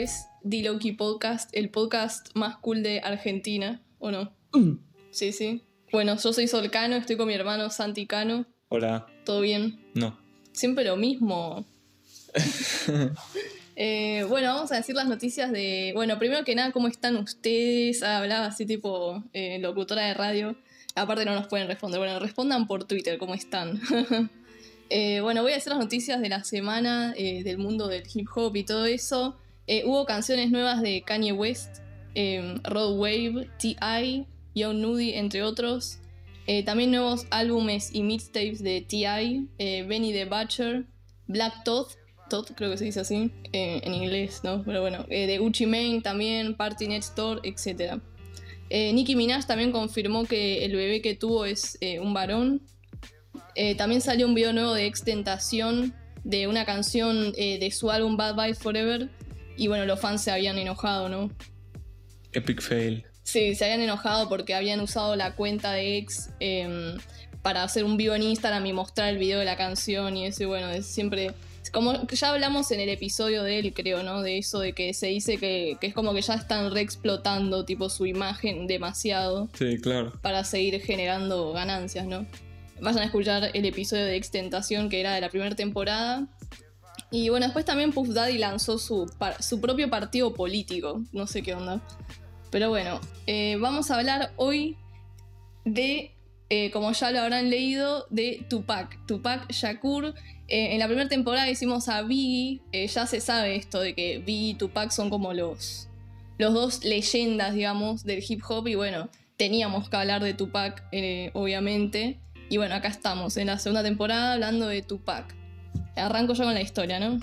es D-Loki Podcast, el podcast más cool de Argentina, ¿o no? Sí, sí. Bueno, yo soy Sol Cano, estoy con mi hermano Santi Cano. Hola. ¿Todo bien? No. Siempre lo mismo. Bueno, vamos a decir las noticias de... Bueno, primero que nada, ¿cómo están ustedes? Hablaba así tipo locutora de radio. Aparte no nos pueden responder. Bueno, respondan por Twitter, ¿cómo están? Bueno, voy a decir las noticias de la semana del mundo del hip hop y todo eso. Hubo canciones nuevas de Kanye West, Rod Wave, T.I., Young Nudy, entre otros. También nuevos álbumes y mixtapes de T.I., Benny the Butcher, Black Thought, creo que se dice así, en inglés, ¿no? Pero bueno, de Gucci Mane también, Party Next Door, etc. Nicki Minaj también confirmó que el bebé que tuvo es un varón. También salió un video nuevo de XXXTentacion, de una canción de su álbum Bad Vibes Forever. Y bueno, los fans se habían enojado, ¿no? Epic fail. Sí, se habían enojado porque habían usado la cuenta de X para hacer un vivo en Instagram y mostrar el video de la canción y eso. Y bueno, es siempre... Como ya hablamos en el episodio de él, creo, ¿no? De eso de que se dice que es como que ya están reexplotando tipo su imagen demasiado. Sí, claro. Para seguir generando ganancias, ¿no? Vayan a escuchar el episodio de XXXTentacion que era de la primera temporada. Y bueno, después también Puff Daddy lanzó su propio partido político. No sé qué onda. Pero bueno, vamos a hablar hoy de, como ya lo habrán leído, de Tupac Shakur. En la primera temporada hicimos a Biggie. Ya se sabe esto de que Biggie y Tupac son como los dos leyendas, digamos, del hip hop. Y bueno, teníamos que hablar de Tupac, obviamente. Y bueno, acá estamos, en la segunda temporada, hablando de Tupac. Arranco yo con la historia, ¿no?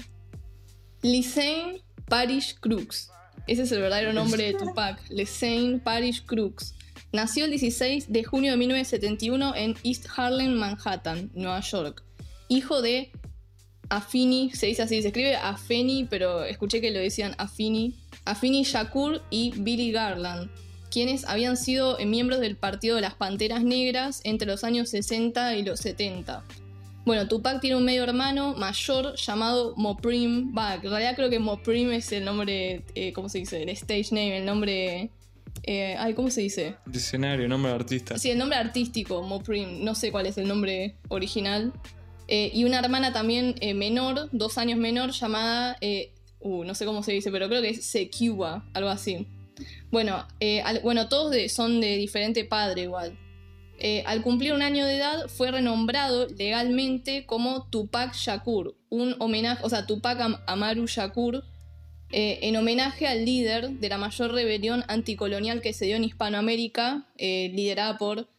Lisanne Parish Crooks. Ese es el verdadero nombre de Tupac. Lisanne Parish Crooks. Nació el 16 de junio de 1971 en East Harlem, Manhattan, Nueva York. Hijo de Afeni, se dice así, se escribe Afeni, pero escuché que lo decían Afeni Shakur y Billy Garland, quienes habían sido miembros del Partido de las Panteras Negras entre los años 60 y los 70. Bueno, Tupac tiene un medio hermano mayor llamado Mopreme. En realidad creo que Mopreme es el nombre, ¿cómo se dice? El stage name, el nombre... ¿cómo se dice? Diccionario, nombre de artista. Sí, el nombre artístico, Mopreme. No sé cuál es el nombre original. Y una hermana también menor, 2 años menor, llamada... no sé cómo se dice, pero creo que es Sekiwa, algo así. Bueno, todos son de diferente padre igual. Al cumplir 1 año de edad fue renombrado legalmente como Tupac Shakur, un homenaje, o sea, Tupac Amaru Shakur, en homenaje al líder de la mayor rebelión anticolonial que se dio en Hispanoamérica, liderada por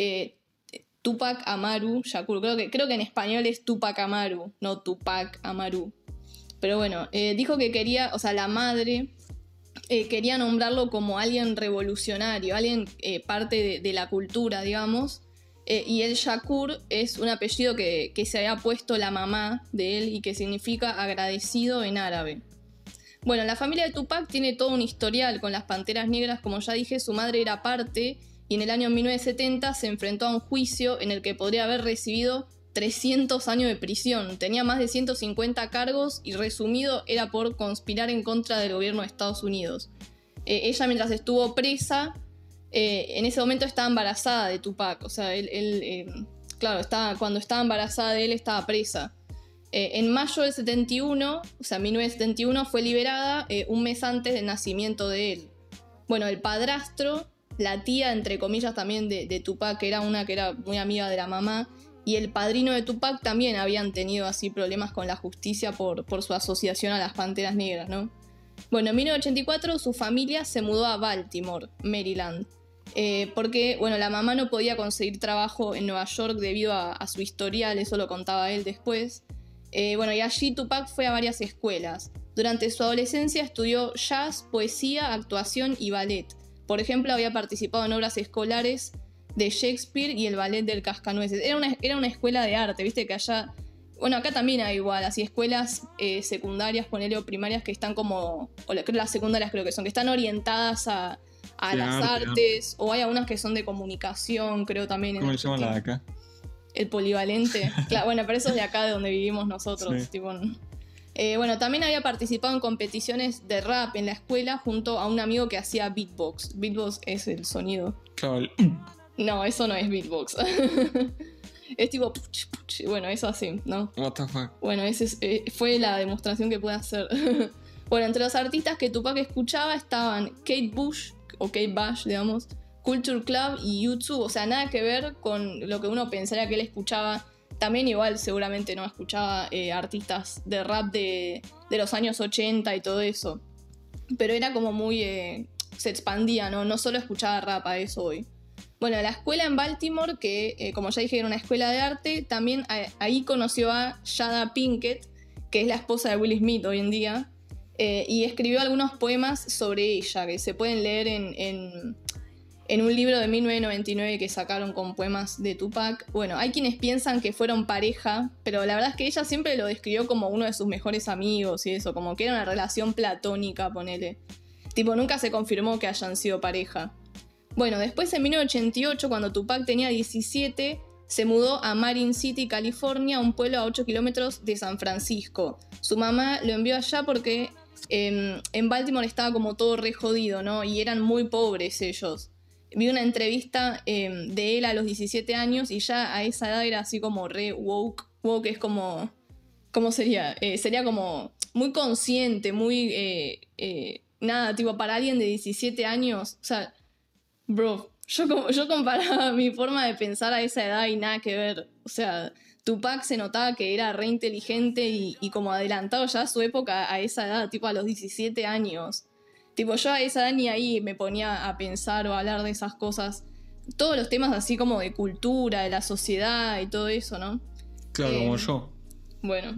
Tupac Amaru Shakur. Creo que en español es Tupac Amaru, no Tupac Amaru. Pero bueno, dijo que quería, o sea, la madre... quería nombrarlo como alguien revolucionario, alguien parte de la cultura, digamos. Y el Shakur es un apellido que se había puesto la mamá de él y que significa agradecido en árabe. Bueno, la familia de Tupac tiene todo un historial con las Panteras Negras. Como ya dije, su madre era parte y en el año 1970 se enfrentó a un juicio en el que podría haber recibido 300 años de prisión. Tenía más de 150 cargos y resumido era por conspirar en contra del gobierno de Estados Unidos. Ella, mientras estuvo presa, en ese momento estaba embarazada de Tupac. O sea, cuando estaba embarazada de él estaba presa. En mayo del 71, o sea, 1971, fue liberada un mes antes del nacimiento de él. Bueno, el padrastro, la tía, entre comillas, también de Tupac, que era una que era muy amiga de la mamá, y el padrino de Tupac también habían tenido así problemas con la justicia por su asociación a las Panteras Negras, ¿no? Bueno, en 1984 su familia se mudó a Baltimore, Maryland, porque, bueno, la mamá no podía conseguir trabajo en Nueva York debido a su historial, eso lo contaba él después. Y allí Tupac fue a varias escuelas. Durante su adolescencia estudió jazz, poesía, actuación y ballet. Por ejemplo, había participado en obras escolares de Shakespeare y el ballet del Cascanueces. Era una escuela de arte, viste que allá... Bueno, acá también hay igual, así escuelas secundarias, ponele, o primarias que están como... las secundarias creo que son, que están orientadas a las artes, o hay algunas que son de comunicación, creo también. ¿Cómo le llaman la de acá? El polivalente. Claro, bueno, pero eso es de acá de donde vivimos nosotros. Sí. Tipo, Bueno, también había participado en competiciones de rap en la escuela junto a un amigo que hacía beatbox. Beatbox es el sonido. Claro, No, eso no es beatbox. Es tipo... Bueno, eso así, ¿no? what the fuck. Bueno, fue la demostración que pude hacer. Bueno, entre los artistas que Tupac escuchaba estaban Kate Bush, o Kate Bush, digamos, Culture Club y YouTube. O sea, nada que ver con lo que uno pensaría que él escuchaba. También igual seguramente no escuchaba artistas de rap de los años 80 y todo eso. Pero era como muy... se expandía, ¿no? No solo escuchaba rap, a eso hoy. Bueno, la escuela en Baltimore, que como ya dije era una escuela de arte, también ahí conoció a Jada Pinkett, que es la esposa de Will Smith hoy en día, y escribió algunos poemas sobre ella, que se pueden leer en un libro de 1999 que sacaron con poemas de Tupac. Bueno, hay quienes piensan que fueron pareja, pero la verdad es que ella siempre lo describió como uno de sus mejores amigos y eso, como que era una relación platónica, ponele. Tipo, nunca se confirmó que hayan sido pareja. Bueno, después en 1988, cuando Tupac tenía 17, se mudó a Marin City, California, un pueblo a 8 kilómetros de San Francisco. Su mamá lo envió allá porque en Baltimore estaba como todo re jodido, ¿no? Y eran muy pobres ellos. Vi una entrevista de él a los 17 años y ya a esa edad era así como re woke. Woke es como... ¿Cómo sería? Sería como muy consciente, muy... nada, tipo para alguien de 17 años, o sea... Bro, yo comparaba mi forma de pensar a esa edad y nada que ver. O sea, Tupac se notaba que era re inteligente y como adelantado ya a su época a esa edad, tipo a los 17 años. Tipo, yo a esa edad ni ahí me ponía a pensar o a hablar de esas cosas. Todos los temas así como de cultura, de la sociedad y todo eso, ¿no? Claro, como yo. Bueno,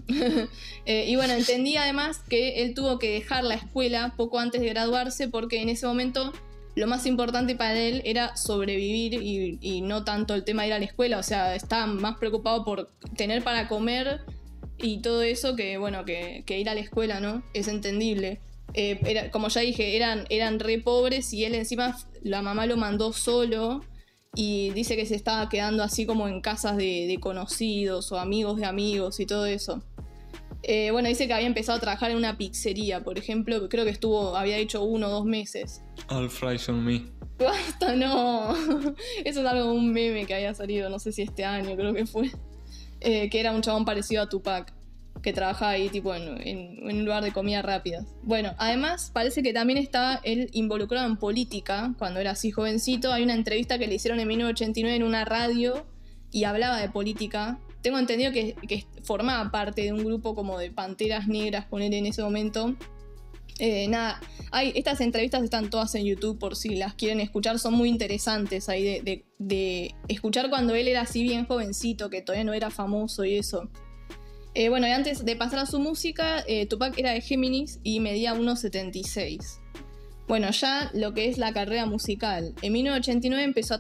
y bueno, entendí además que él tuvo que dejar la escuela poco antes de graduarse porque en ese momento... Lo más importante para él era sobrevivir y no tanto el tema de ir a la escuela. O sea, estaba más preocupado por tener para comer y todo eso que, bueno, que ir a la escuela, ¿no? Es entendible. Como ya dije, eran re pobres y él encima, la mamá lo mandó solo y dice que se estaba quedando así como en casas de conocidos o amigos de amigos y todo eso. Bueno, dice que había empezado a trabajar en una pizzería, por ejemplo, creo que había hecho 1 o 2 meses. All fries on me. ¡Basta, no! Eso es algo de un meme que había salido, no sé si este año, creo que fue. Que era un chabón parecido a Tupac, que trabajaba ahí tipo en un lugar de comida rápida. Bueno, además parece que también estaba él involucrado en política, cuando era así jovencito. Hay una entrevista que le hicieron en 1989 en una radio y hablaba de política. Tengo entendido que formaba parte de un grupo como de panteras negras, poner en ese momento. Nada, estas entrevistas están todas en YouTube por si las quieren escuchar, son muy interesantes ahí de escuchar cuando él era así bien jovencito, que todavía no era famoso y eso. Bueno, y antes de pasar a su música, Tupac era de Géminis y medía 1,76. Bueno, ya lo que es la carrera musical. En 1989 empezó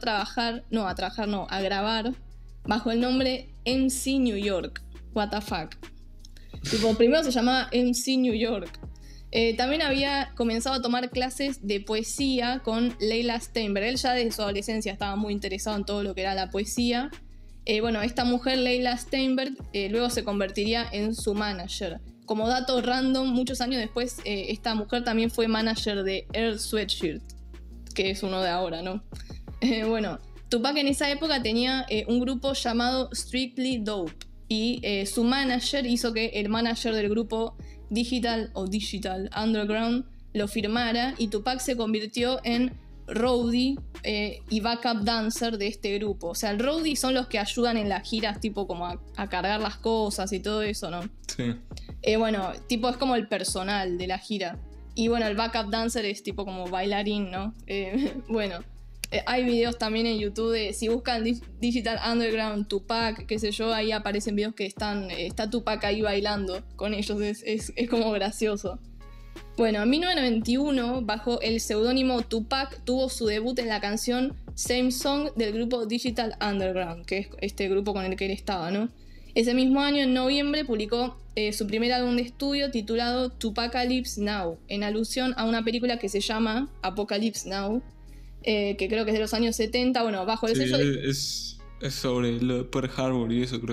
a grabar bajo el nombre MC New York. What the fuck. Tipo, primero se llamaba MC New York. También había comenzado a tomar clases de poesía con Leila Steinberg. Él ya desde su adolescencia estaba muy interesado en todo lo que era la poesía. Bueno, esta mujer, Leila Steinberg, luego se convertiría en su manager. Como dato random, muchos años después, esta mujer también fue manager de Earl Sweatshirt, que es uno de ahora, ¿no? Bueno, Tupac en esa época tenía un grupo llamado Strictly Dope y su manager hizo que el manager del grupo Digital Underground lo firmara y Tupac se convirtió en roadie y backup dancer de este grupo. O sea, el roadie son los que ayudan en las giras, tipo como a cargar las cosas y todo eso, ¿no? Sí. Bueno, tipo es como el personal de la gira. Y bueno, el backup dancer es tipo como bailarín, ¿no? Bueno, hay videos también en YouTube de, si buscan Digital Underground, Tupac, qué sé yo, ahí aparecen videos que está Tupac ahí bailando con ellos, es como gracioso. Bueno, en 1991, bajo el seudónimo Tupac, tuvo su debut en la canción Same Song del grupo Digital Underground, que es este grupo con el que él estaba, ¿no? Ese mismo año, en noviembre, publicó su primer álbum de estudio titulado Tupacalypse Now, en alusión a una película que se llama Apocalypse Now, que creo que es de los años 70, bueno, bajo el sello... Es sobre lo de Pearl Harbor y eso, creo.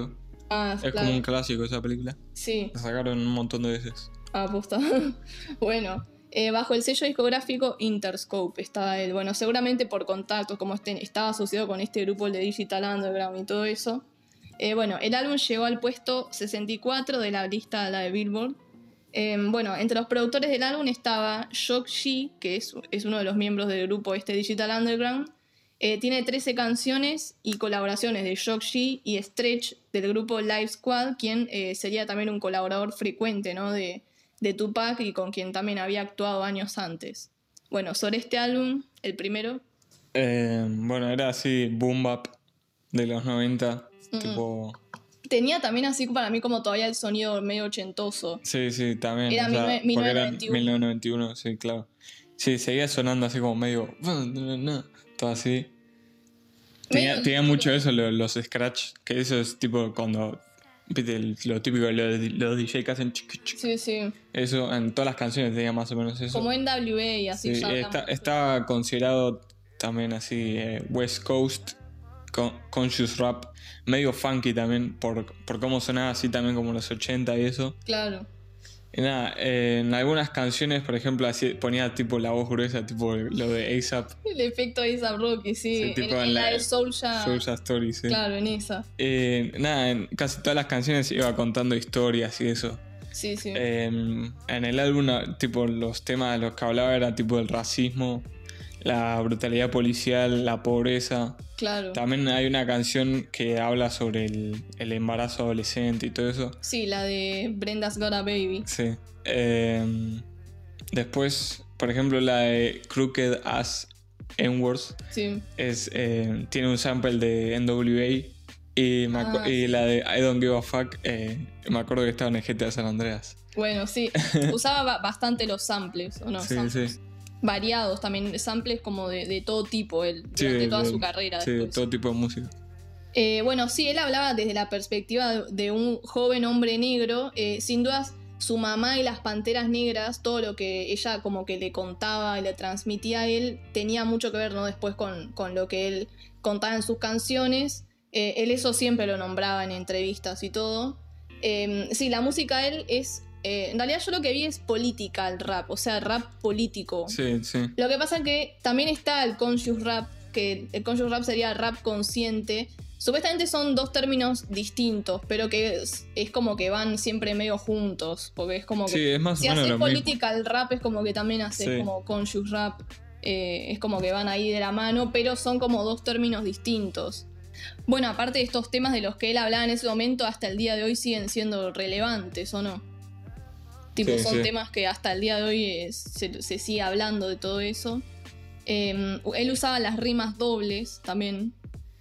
Ah, Es claro. como un clásico esa película. Sí. La sacaron un montón de veces. Ah, posta. Bueno, bajo el sello discográfico Interscope estaba él. Bueno, seguramente por contactos, como estaba asociado con este grupo el de Digital Underground y todo eso. Bueno, el álbum llegó al puesto 64 de la lista la de Billboard. Bueno, entre los productores del álbum estaba Shock G, que es uno de los miembros del grupo Digital Underground. Tiene 13 canciones y colaboraciones de Shock G y Stretch del grupo Live Squad, quien sería también un colaborador frecuente, ¿no? de Tupac y con quien también había actuado años antes. Bueno, sobre este álbum, el primero. Bueno, era así, boom bap de los 90. Tipo. Tenía también así para mí como todavía el sonido medio ochentoso. Sí, también. Era porque era 1991. 1991, sí, claro. Sí, seguía sonando así como medio. Todo así. Tenía mucho eso, los scratch, que eso es tipo cuando. Viste, lo típico de los DJ que hacen chic. Sí. Eso, en todas las canciones tenía más o menos eso. Como NWA y así. Sí, ya está considerado también así West Coast conscious rap, medio funky también por cómo sonaba así también como los 80 y eso. Claro. Y nada, en algunas canciones, por ejemplo, así ponía tipo la voz gruesa, tipo lo de A$AP. El efecto de A$AP Rocky, sí. Sí, tipo en la de Soulja Story, sí. Claro, en esa. Nada, en casi todas las canciones iba contando historias y eso. Sí. En el álbum, tipo, los temas de los que hablaba era tipo el racismo, la brutalidad policial, la pobreza. Claro. También hay una canción que habla sobre el embarazo adolescente y todo eso. Sí, la de Brenda's Got a Baby. Sí. Después, por ejemplo, la de Crooked Ass N-Words. Sí. Tiene un sample de NWA. Y la de I Don't Give a Fuck, me acuerdo que estaba en el GTA San Andreas. Bueno, sí. Usaba bastante los samples, ¿o no? Sí, samples. sí. Variados también, samples como de todo tipo, él, durante toda su carrera. Sí, después. de todo tipo de música. Bueno, sí, él hablaba desde la perspectiva de un joven hombre negro. Sin dudas, su mamá y las Panteras Negras, todo lo que ella como que le contaba y le transmitía a él, tenía mucho que ver, ¿no? Después con lo que él contaba en sus canciones. Él eso siempre lo nombraba en entrevistas y todo. Sí, la música de él es... en realidad yo lo que vi es political rap, o sea, rap político. Sí. Lo que pasa es que también está el conscious rap, que el conscious rap sería rap consciente. Supuestamente son dos términos distintos, pero que es como que van siempre medio juntos, porque es como que... Sí, es más o si menos haces lo mismo. political rap es como que también haces como conscious rap, es como que van ahí de la mano, pero son como dos términos distintos. Bueno, aparte de estos temas de los que él hablaba en ese momento, hasta el día de hoy siguen siendo relevantes, ¿o no? Tipo, son temas que hasta el día de hoy se sigue hablando de todo eso. Él usaba las rimas dobles también.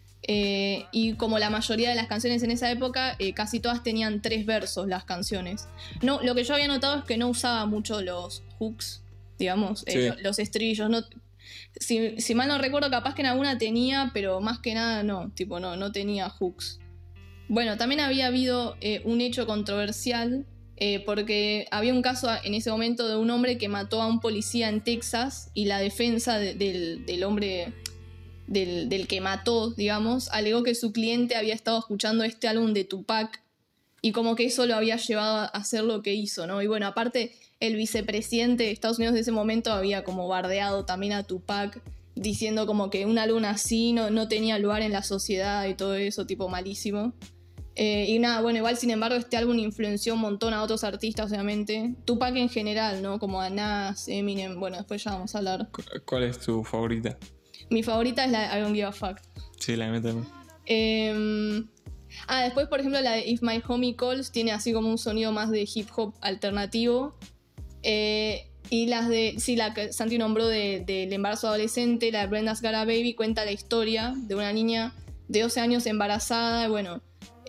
Y como la mayoría de las canciones en esa época, casi todas tenían 3 versos las canciones. No, lo que yo había notado es que no usaba mucho los hooks, digamos, los estribillos. No, si mal no recuerdo, capaz que en alguna tenía, pero más que nada no tenía hooks. Bueno, también había habido un hecho controversial. Porque había un caso en ese momento de un hombre que mató a un policía en Texas y la defensa del hombre, del que mató, digamos, alegó que su cliente había estado escuchando este álbum de Tupac y como que eso lo había llevado a hacer lo que hizo, ¿no? Y bueno, aparte el vicepresidente de Estados Unidos de ese momento había como bardeado también a Tupac diciendo como que un álbum así no tenía lugar en la sociedad y todo eso, tipo malísimo. Y nada, bueno, igual sin embargo este álbum influenció un montón a otros artistas, obviamente. Tupac en general, ¿no? Como a Nas, Eminem, bueno, después ya vamos a hablar. ¿Cuál es tu favorita? Mi favorita es la de I Don't Give a Fuck. Sí, la mía también. Después, por ejemplo, la de If My Homie Calls tiene así como un sonido más de hip hop alternativo. Y las de, sí, la que Santi nombró del embarazo adolescente, la de Brenda's Got a Baby, cuenta la historia de una niña de 12 años embarazada, y bueno...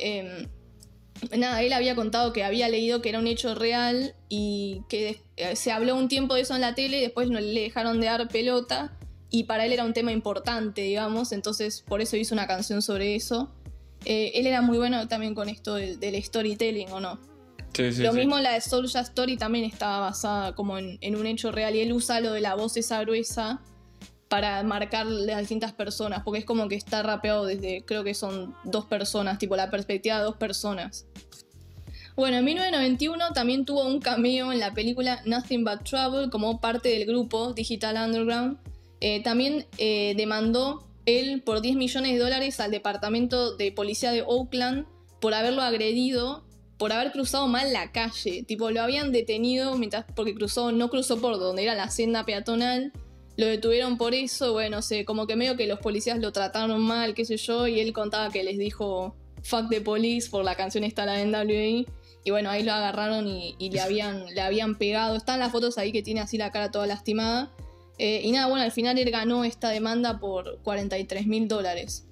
nada, él había contado que había leído que era un hecho real y que se habló un tiempo de eso en la tele y después no le dejaron de dar pelota y para él era un tema importante, digamos, entonces por eso hizo una canción sobre eso. Él era muy bueno también con esto del storytelling, ¿o no? Sí, Lo mismo la de Soulja Story también estaba basada como en un hecho real y él usa lo de la voz esa gruesa para marcar las distintas personas, porque es como que está rapeado desde, creo que son 2 personas, tipo la perspectiva de 2 personas. Bueno, en 1991 también tuvo un cameo en la película Nothing But Trouble como parte del grupo Digital Underground. También demandó él por $10 millones al departamento de policía de Oakland por haberlo agredido, por haber cruzado mal la calle. Tipo, lo habían detenido porque no cruzó por donde era la senda peatonal. Lo detuvieron por eso, bueno, como que medio que los policías lo trataron mal, qué sé yo, y él contaba que les dijo "fuck the police" por la canción esta, la NWA. Y bueno, ahí lo agarraron y le habían pegado. Están las fotos ahí que tiene así la cara toda lastimada. Y nada, bueno, al final él ganó esta demanda por $43.000.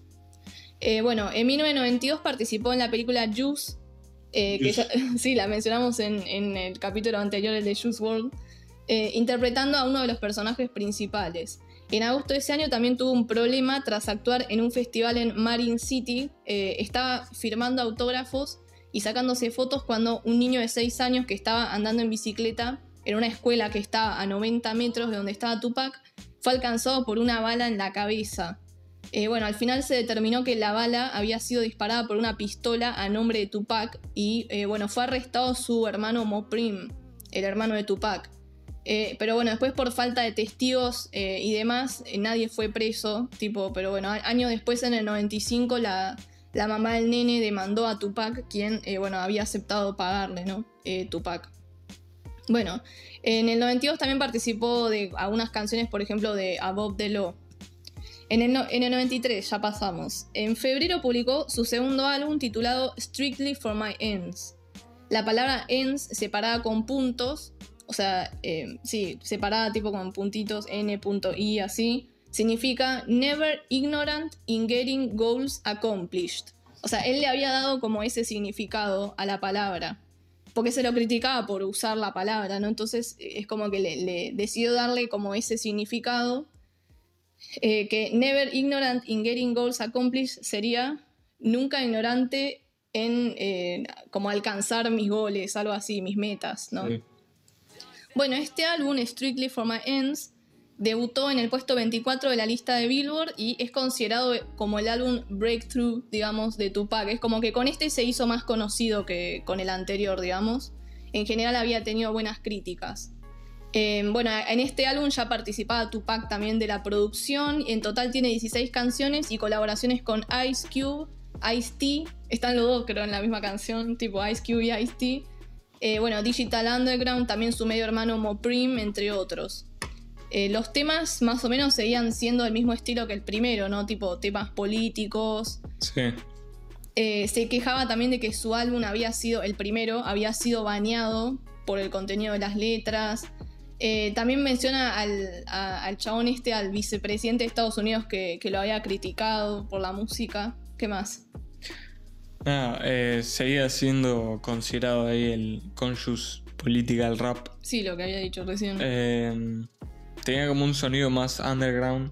Bueno, en 1992 participó en la película Juice, que ya, sí, la mencionamos en el capítulo anterior, el de Juice WRLD, interpretando a uno de los personajes principales. En agosto de ese año también tuvo un problema tras actuar en un festival en Marin City. Estaba firmando autógrafos y sacándose fotos cuando un niño de 6 años que estaba andando en bicicleta en una escuela que estaba a 90 metros de donde estaba Tupac fue alcanzado por una bala en la cabeza. Bueno, al final se determinó que la bala había sido disparada por una pistola a nombre de Tupac y bueno, fue arrestado su hermano Moprim, el hermano de Tupac. Pero bueno, después por falta de testigos y demás, nadie fue preso, pero bueno, años después, en el 95, la mamá del nene demandó a Tupac, quien, había aceptado pagarle, ¿no? Tupac. Bueno, en el 92 también participó de algunas canciones, por ejemplo, de Above the Law. En el 93, ya pasamos. En febrero publicó su segundo álbum titulado Strictly for My Ends. La palabra ends separada con puntos, o sea, separada tipo con puntitos, n.i, así, significa Never Ignorant in Getting Goals Accomplished. O sea, él le había dado como ese significado a la palabra, porque se lo criticaba por usar la palabra, ¿no? Entonces es como que le decidió darle como ese significado, que Never Ignorant in Getting Goals Accomplished sería nunca ignorante en como alcanzar mis goles, algo así, mis metas, ¿no? Sí. Bueno, este álbum, Strictly for My Ends, debutó en el puesto 24 de la lista de Billboard y es considerado como el álbum breakthrough, digamos, de Tupac. Es como que con este se hizo más conocido que con el anterior, digamos. En general había tenido buenas críticas. Bueno, en este álbum ya participaba Tupac también de la producción. En total tiene 16 canciones y colaboraciones con Ice Cube, Ice-T. Están los dos, creo, en la misma canción, tipo Ice Cube y Ice-T. Bueno, Digital Underground, también su medio hermano Moprim, entre otros. Los temas más o menos seguían siendo del mismo estilo que el primero, ¿no? Tipo temas políticos. Sí. Se quejaba también de que su álbum el primero, había sido baneado por el contenido de las letras. También menciona al chabón al vicepresidente de Estados Unidos que lo había criticado por la música. ¿Qué más? Seguía siendo considerado ahí el conscious political rap. Sí, lo que había dicho recién. Tenía como un sonido más underground,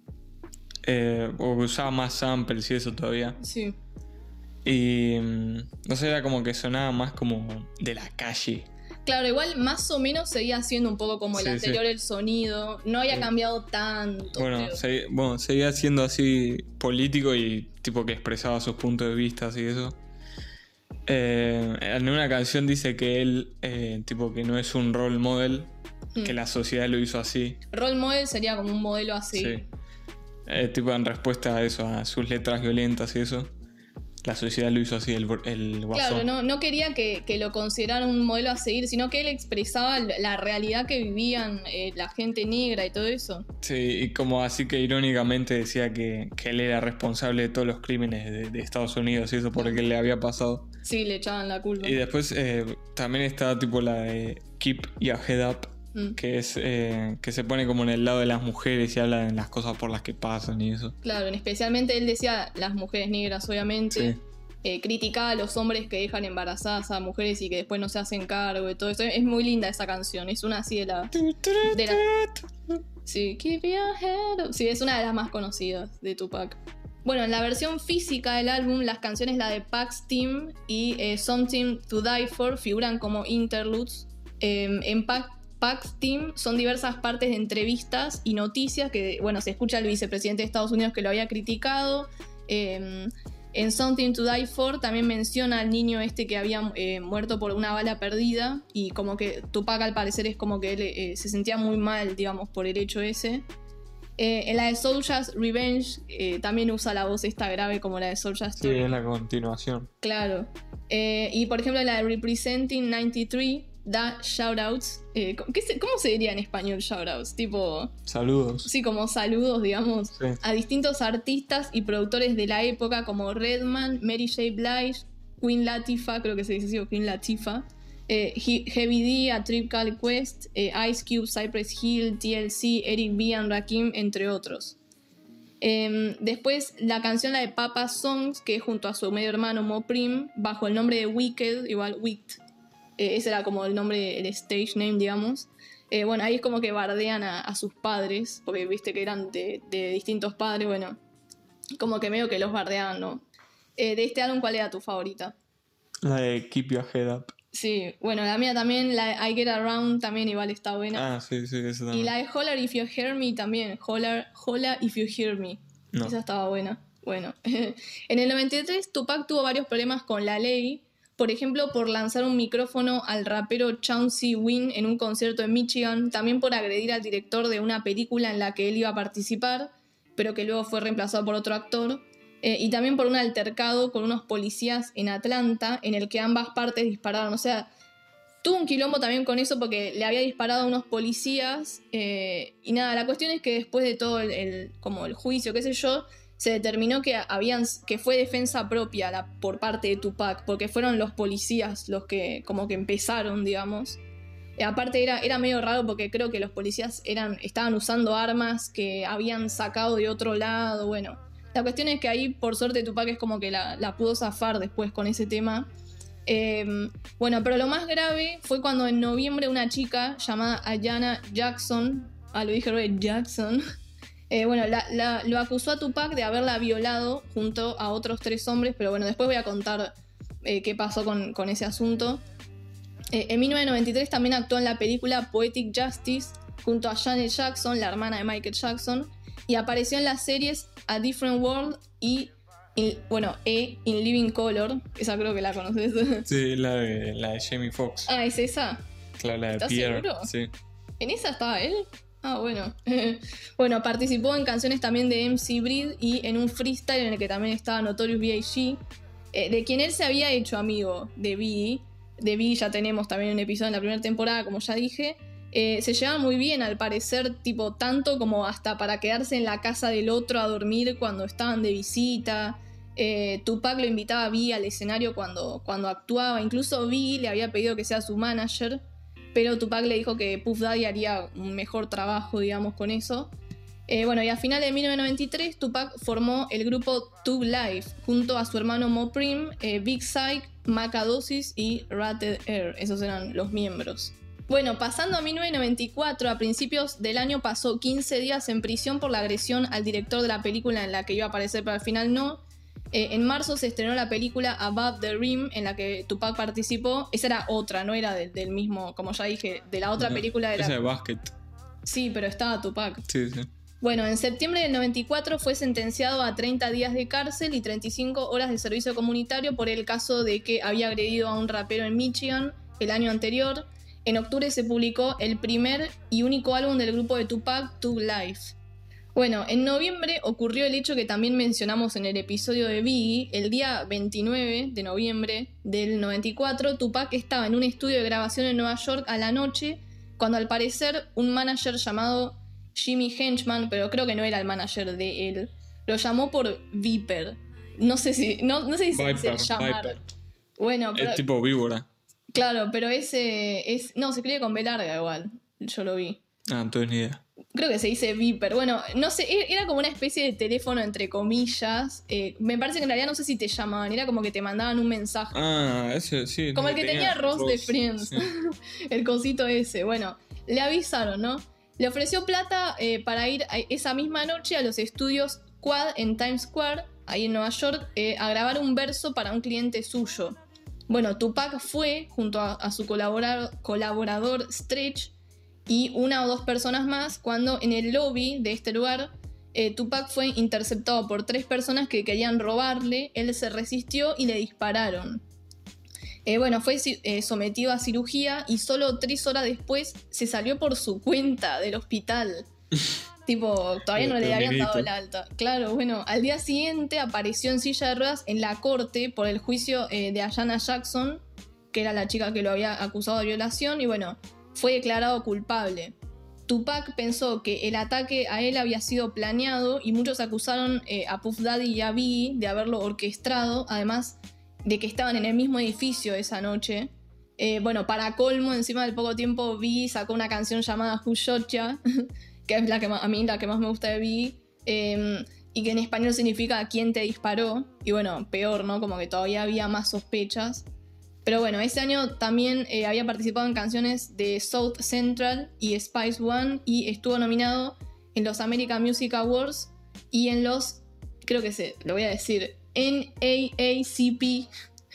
o usaba más samples y eso todavía. Sí. Y no sé, era como que sonaba más como de la calle. Claro, igual más o menos seguía siendo un poco como el anterior, el sonido. No había cambiado tanto. Bueno, seguía siendo así político y tipo que expresaba sus puntos de vista y eso. En una canción dice que él, tipo que no es un role model, que la sociedad lo hizo así. Role model sería como un modelo así. Sí. Tipo en respuesta a eso, a sus letras violentas y eso. La sociedad lo hizo así, el guasón. Claro, no quería que lo consideraran un modelo a seguir, sino que él expresaba la realidad que vivían la gente negra y todo eso. Sí, y como así que irónicamente decía que él era responsable de todos los crímenes de Estados Unidos y eso por el que le había pasado. Sí, le echaban la culpa. Y después también está tipo la de Keep Your Head Up, que es que se pone como en el lado de las mujeres y habla de las cosas por las que pasan y eso. Claro, especialmente él decía las mujeres negras, obviamente. Sí. Criticaba a los hombres que dejan embarazadas a mujeres y que después no se hacen cargo de todo eso. Es muy linda esa canción, es una así de la... Sí, Keep Your Head Up. Sí, es una de las más conocidas de Tupac. Bueno, en la versión física del álbum, las canciones, la de Pac's Team y Something to Die For, figuran como interludes. En Pac Pac's Team son diversas partes de entrevistas y noticias que, bueno, se escucha al vicepresidente de Estados Unidos que lo había criticado. En Something to Die For también menciona al niño este que había muerto por una bala perdida, y como que Tupac al parecer es como que él se sentía muy mal, digamos, por el hecho ese. En la de Soulja's Revenge también usa la voz esta grave como la de Soulja's Story. Sí, es la continuación. Claro. Y por ejemplo en la de Representing 93 da shoutouts. ¿Cómo se diría en español shoutouts? Tipo... Saludos. Sí, como saludos, digamos, Sí. a distintos artistas y productores de la época como Redman, Mary J. Blige, Queen Latifah, creo que se dice así, o Queen Latifah, Heavy D, A Tribe Called Quest, Ice Cube, Cypress Hill, TLC, Eric B. and Rakim, entre otros. Después la canción, la de Papa Songs, que es junto a su medio hermano Moprim, bajo el nombre de Wicked, igual Wicked. Ese era como el nombre, el stage name, digamos. Bueno, ahí es como que bardean a sus padres, porque viste que eran de distintos padres, bueno, como que medio que los bardeaban, ¿no? De este álbum, ¿cuál era tu favorita? La de Keep Your Head Up. Sí, bueno, la mía también, la de I Get Around también igual está buena. Ah, sí, esa también. Y la de Holler If You Hear Me también, Holler If You Hear Me. No. Esa estaba buena. Bueno, en el 93 Tupac tuvo varios problemas con la ley, por ejemplo, por lanzar un micrófono al rapero Chauncey Wynn en un concierto en Michigan, también por agredir al director de una película en la que él iba a participar, pero que luego fue reemplazado por otro actor, y también por un altercado con unos policías en Atlanta, en el que ambas partes dispararon. O sea, tuvo un quilombo también con eso porque le había disparado a unos policías, y nada, la cuestión es que después de todo como el juicio, qué sé yo, se determinó que fue defensa propia por parte de Tupac, porque fueron los policías los que como que empezaron, digamos. Aparte era medio raro porque creo que los policías estaban usando armas que habían sacado de otro lado, bueno. La cuestión es que ahí, por suerte, Tupac es como que la pudo zafar después con ese tema. Bueno, pero lo más grave fue cuando en noviembre una chica llamada Ayanna Jackson, lo dije re, Jackson, bueno, lo acusó a Tupac de haberla violado junto a otros 3 hombres, pero bueno, después voy a contar qué pasó con ese asunto. En 1993 también actuó en la película Poetic Justice junto a Janet Jackson, la hermana de Michael Jackson, y apareció en las series A Different World y In Living Color. Esa creo que la conoces. Sí, la de Jamie Foxx. Ah, ¿es esa? Claro, la de ¿Estás Pierre. seguro? Sí. ¿En esa estaba él? Ah, bueno. Bueno, participó en canciones también de MC Breed y en un freestyle en el que también estaba Notorious B.I.G., de quien él se había hecho amigo de Biggie. De Biggie ya tenemos también un episodio en la primera temporada, como ya dije. Se llevaban muy bien, al parecer, tipo tanto como hasta para quedarse en la casa del otro a dormir cuando estaban de visita. Tupac lo invitaba a Biggie al escenario cuando actuaba. Incluso Biggie le había pedido que sea su manager, pero Tupac le dijo que Puff Daddy haría un mejor trabajo, digamos, con eso. Bueno, y a finales de 1993 Tupac formó el grupo Tug Life junto a su hermano Moprim, Big Syke, Macadosis y Rated Air. Esos eran los miembros. Bueno, pasando a 1994, a principios del año pasó 15 días en prisión por la agresión al director de la película en la que iba a aparecer, pero al final no. En marzo se estrenó la película Above the Rim, en la que Tupac participó. Esa era otra, no era del mismo, como ya dije, de la otra película. Esa de Basket. Sí, pero estaba Tupac. Sí. Bueno, en septiembre del 94 fue sentenciado a 30 días de cárcel y 35 horas de servicio comunitario por el caso de que había agredido a un rapero en Michigan el año anterior. En octubre se publicó el primer y único álbum del grupo de Tupac, Tug Life. Bueno, en noviembre ocurrió el hecho que también mencionamos en el episodio de Biggie. El día 29 de noviembre del 94, Tupac estaba en un estudio de grabación en Nueva York a la noche, cuando al parecer un manager llamado Jimmy Henchman, pero creo que no era el manager de él, lo llamó por Viper. No sé si se dice llamar. Viper. Bueno, pero, es tipo víbora. Claro, pero no, se escribe con B larga igual. Yo lo vi. Ah, entonces ni idea. Creo que se dice Viper. Bueno, no sé, era como una especie de teléfono entre comillas. Me parece que en realidad no sé si te llamaban, era como que te mandaban un mensaje. Ah, ese sí. Como el que tenía Ross de Friends. Sí. El cosito ese. Bueno, le avisaron, ¿no? Le ofreció plata para ir esa misma noche a los estudios Quad en Times Square, ahí en Nueva York, a grabar un verso para un cliente suyo. Bueno, Tupac fue junto a su colaborador Stretch, y una o dos personas más cuando en el lobby de este lugar Tupac fue interceptado por 3 personas que querían robarle. Él se resistió y le dispararon. Bueno, fue sometido a cirugía y solo 3 horas después se salió por su cuenta del hospital. Tipo, todavía no le habían dado el alta. Claro, bueno, al día siguiente apareció en silla de ruedas en la corte por el juicio de Ayanna Jackson, que era la chica que lo había acusado de violación, y bueno, fue declarado culpable. Tupac pensó que el ataque a él había sido planeado y muchos acusaron a Puff Daddy y a Biggie de haberlo orquestado, además de que estaban en el mismo edificio esa noche. Bueno, para colmo, encima del poco tiempo, Biggie sacó una canción llamada Who Shot Ya, que es a mí la que más me gusta de Biggie, y que en español significa ¿quién te disparó? Y bueno, peor, ¿no? Como que todavía había más sospechas. Pero bueno, ese año también había participado en canciones de South Central y Spice One y estuvo nominado en los American Music Awards y en los, creo que lo voy a decir, NAACP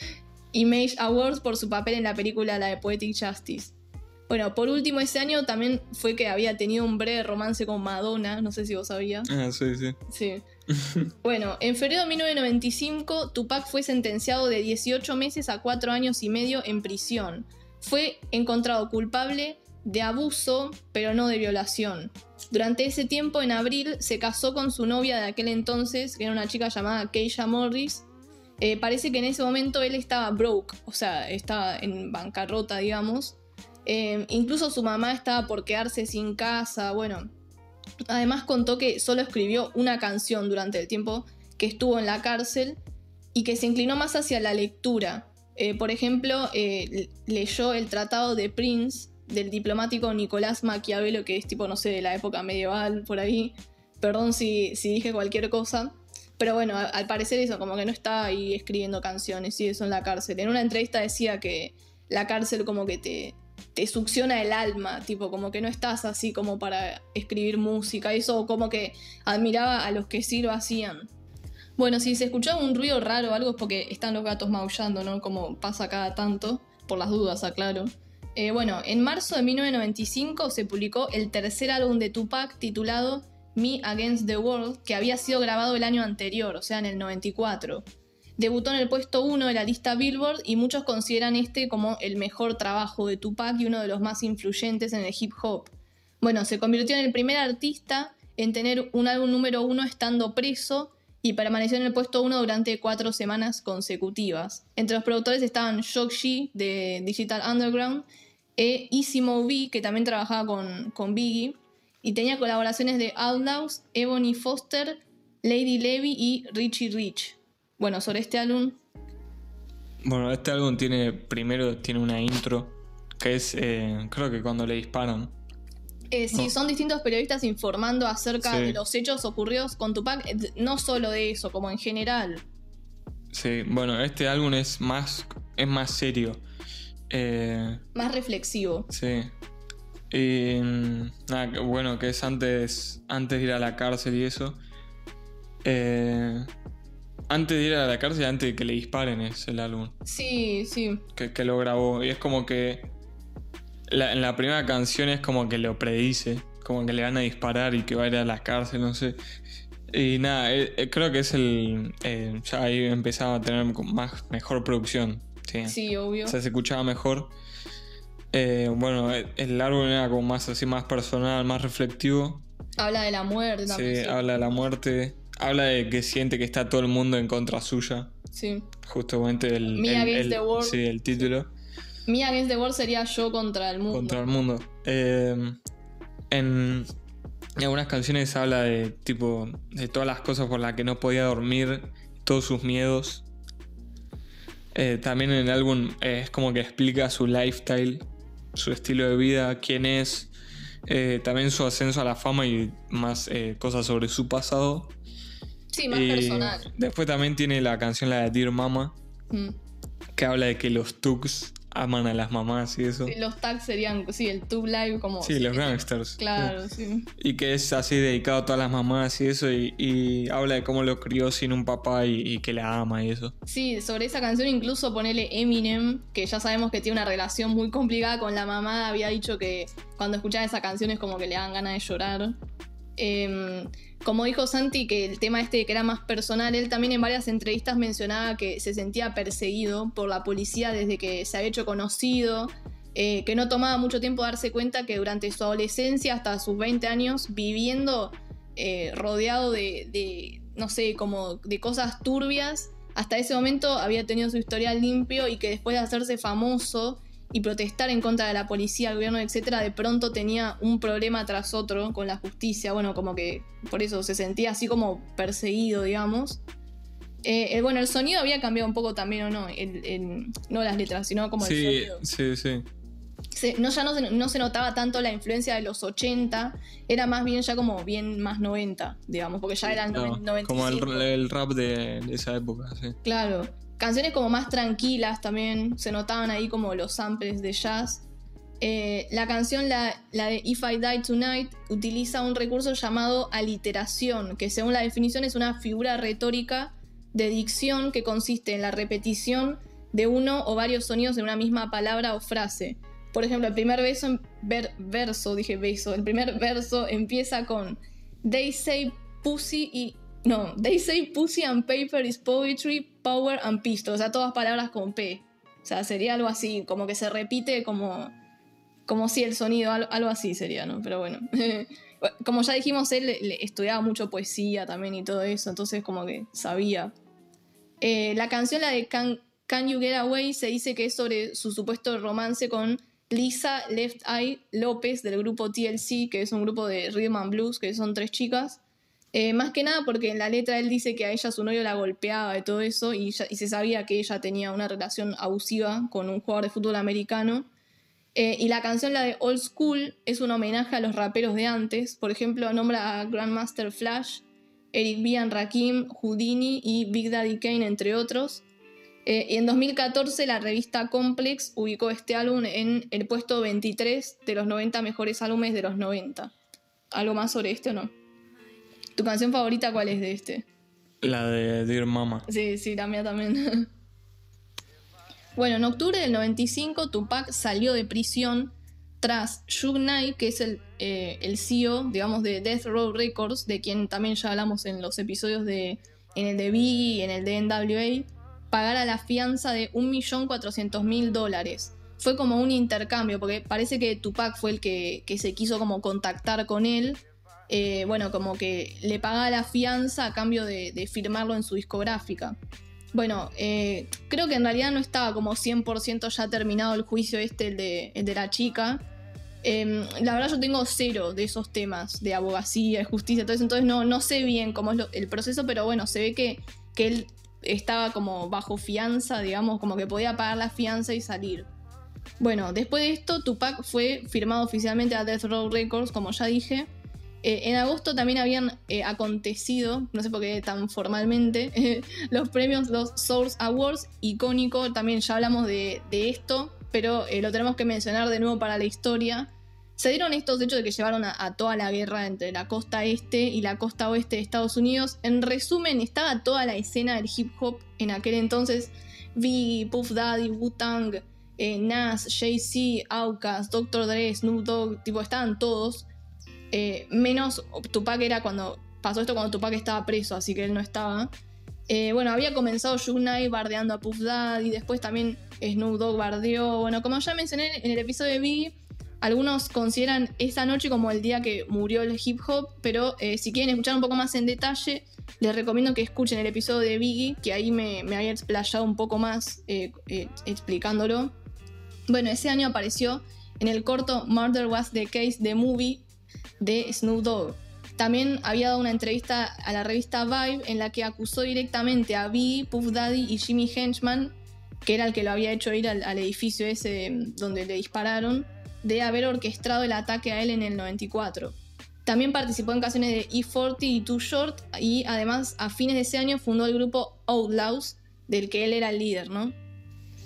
Image Awards por su papel en la película La de Poetic Justice. Bueno, por último, ese año también fue que había tenido un breve romance con Madonna, no sé si vos sabías. Ah, sí, sí. Sí. Bueno, en febrero de 1995, Tupac fue sentenciado de 18 meses a 4 años y medio en prisión. Fue encontrado culpable de abuso, pero no de violación. Durante ese tiempo, en abril, se casó con su novia de aquel entonces, que era una chica llamada Keisha Morris. Parece que en ese momento él estaba broke, o sea, estaba en bancarrota, digamos. Incluso su mamá estaba por quedarse sin casa, bueno. Además contó que solo escribió una canción durante el tiempo que estuvo en la cárcel y que se inclinó más hacia la lectura. Por ejemplo, leyó el tratado de Prince del diplomático Nicolás Maquiavelo, que es tipo, no sé, de la época medieval, por ahí. Perdón si dije cualquier cosa. Pero bueno, al parecer eso, como que no está ahí escribiendo canciones y eso en la cárcel. En una entrevista decía que la cárcel como que te succiona el alma, tipo, como que no estás así como para escribir música, eso como que admiraba a los que sí lo hacían. Bueno, si se escuchaba un ruido raro o algo es porque están los gatos maullando, ¿no? Como pasa cada tanto, por las dudas, aclaro. Bueno, en marzo de 1995 se publicó el tercer álbum de Tupac titulado Me Against the World, que había sido grabado el año anterior, o sea, en el 94. Debutó en el puesto 1 de la lista Billboard y muchos consideran este como el mejor trabajo de Tupac y uno de los más influyentes en el hip hop. Bueno, se convirtió en el primer artista en tener un álbum número 1 estando preso y permaneció en el puesto 1 durante 4 semanas consecutivas. Entre los productores estaban Shock G de Digital Underground e Easy Mo Bee, que también trabajaba con Biggie, y tenía colaboraciones de Outlaws, Ebony Foster, Lady Levy y Richie Rich. Bueno, sobre este álbum. Bueno, este álbum tiene una intro que es, creo que cuando le disparan. Sí, son distintos periodistas informando acerca de los hechos ocurridos con Tupac, no solo de eso, como en general. Sí, bueno, este álbum es más serio. Más reflexivo. Sí. Y nada, bueno, que es antes de ir a la cárcel y eso. Antes de ir a la cárcel, antes de que le disparen es el álbum. Sí, sí. Que lo grabó. Y es como que en la primera canción es como que lo predice. Como que le van a disparar y que va a ir a la cárcel, no sé. Y nada, creo que es ya ahí empezaba a tener mejor producción. Sí, obvio. O sea, se escuchaba mejor. Bueno, el álbum era como más así, más personal, más reflectivo. Habla de la muerte también. Sí, habla de la muerte. Habla de que siente que está todo el mundo en contra suya. Sí. Justamente Me Against the World. Sí, el título. Me Against the World sería yo contra el mundo. Contra el mundo. En algunas canciones habla de todas las cosas por las que no podía dormir, todos sus miedos. También en el álbum es como que explica su lifestyle, su estilo de vida, quién es, también su ascenso a la fama y más cosas sobre su pasado. Sí, más personal. Después también tiene la canción, la de Dear Mama, que habla de que los thugs aman a las mamás y eso. Sí, los tags serían, sí, el Tube Live como... Sí, los gangsters. Claro, sí. Y que es así dedicado a todas las mamás y eso, y habla de cómo lo crió sin un papá y que la ama y eso. Sí, sobre esa canción incluso ponele Eminem, que ya sabemos que tiene una relación muy complicada con la mamá, había dicho que cuando escuchaba esa canción es como que le dan ganas de llorar. Como dijo Santi, que el tema que era más personal, él también en varias entrevistas mencionaba que se sentía perseguido por la policía desde que se había hecho conocido, que no tomaba mucho tiempo darse cuenta que durante su adolescencia hasta sus 20 años viviendo rodeado de no sé, como de cosas turbias, hasta ese momento había tenido su historial limpio y que después de hacerse famoso y protestar en contra de la policía, el gobierno, etcétera, de pronto tenía un problema tras otro con la justicia, bueno, como que por eso se sentía así como perseguido, digamos. Bueno, el sonido había cambiado un poco también, ¿o no? No las letras, sino como el sonido. Sí. No se notaba tanto la influencia de los 80, era más bien ya como bien más 90, digamos, porque ya eran 95. Como el rap de esa época, sí. Claro. Canciones como más tranquilas también, se notaban ahí como los samples de jazz. La canción, la de If I Die Tonight, utiliza un recurso llamado aliteración, que según la definición es una figura retórica de dicción que consiste en la repetición de uno o varios sonidos en una misma palabra o frase. Por ejemplo, el primer el primer verso empieza con They say pussy and paper is poetry, power and pistol. O sea, todas palabras con P. O sea, sería algo así, como que se repite como si el sonido, algo así sería, ¿no? Pero bueno. Como ya dijimos, él estudiaba mucho poesía también y todo eso, entonces como que sabía. La canción, la de Can You Get Away, se dice que es sobre su supuesto romance con Lisa Left Eye López del grupo TLC, que es un grupo de rhythm and blues, que son 3 chicas. Más que nada porque en la letra él dice que a ella su novio la golpeaba y todo eso, y se sabía que ella tenía una relación abusiva con un jugador de fútbol americano. Y la canción, la de Old School, es un homenaje a los raperos de antes. Por ejemplo, nombra a Grandmaster Flash, Eric B. and Rakim, Houdini y Big Daddy Kane, entre otros. Y en 2014 la revista Complex ubicó este álbum en el puesto 23 de los 90 mejores álbumes de los 90. ¿Algo más sobre este o no? ¿Tu canción favorita cuál es de este? La de Dear Mama. Sí, la mía también. Bueno, en octubre del 95 Tupac salió de prisión tras Suge Knight, que es el CEO, digamos, de Death Row Records, de quien también ya hablamos en los episodios en el de Biggie y en el de NWA, pagara la fianza de $1.400.000. Fue como un intercambio, porque parece que Tupac fue el que se quiso como contactar con él. Bueno, como que le pagaba la fianza a cambio de firmarlo en su discográfica. Bueno, creo que en realidad no estaba como 100% ya terminado el juicio el de la chica. La verdad yo tengo 0 de esos temas de abogacía, de justicia, todo eso, entonces no sé bien cómo es el proceso, pero bueno, se ve que él estaba como bajo fianza, digamos, como que podía pagar la fianza y salir. Bueno, después de esto, Tupac fue firmado oficialmente a Death Row Records, como ya dije. En agosto también habían acontecido, no sé por qué tan formalmente, los premios, los Source Awards, icónico, también ya hablamos de esto, pero lo tenemos que mencionar de nuevo para la historia. Se dieron estos hechos de que llevaron a toda la guerra entre la costa este y la costa oeste de Estados Unidos. En resumen, estaba toda la escena del hip hop en aquel entonces. Biggie, Puff Daddy, Wu-Tang, Nas, Jay-Z, Outkast, Dr. Dre, Snoop Dogg, tipo, estaban todos. Menos Tupac, era cuando pasó esto cuando Tupac estaba preso, así que él no estaba. Bueno, había comenzado Suge Knight bardeando a Puff Daddy, después también Snoop Dogg bardeó. Bueno, como ya mencioné en el episodio de Biggie, algunos consideran esa noche como el día que murió el hip hop, pero si quieren escuchar un poco más en detalle, les recomiendo que escuchen el episodio de Biggie, que ahí me había explayado un poco más explicándolo. Bueno, ese año apareció en el corto Murder Was the Case, the Movie, de Snoop Dogg. También había dado una entrevista a la revista Vibe en la que acusó directamente a Biggie, Puff Daddy y Jimmy Henchman, que era el que lo había hecho ir al edificio ese donde le dispararon, de haber orquestado el ataque a él en el 94. También participó en canciones de E40 y Too Short, y además a fines de ese año fundó el grupo Outlaws, del que él era el líder, ¿no?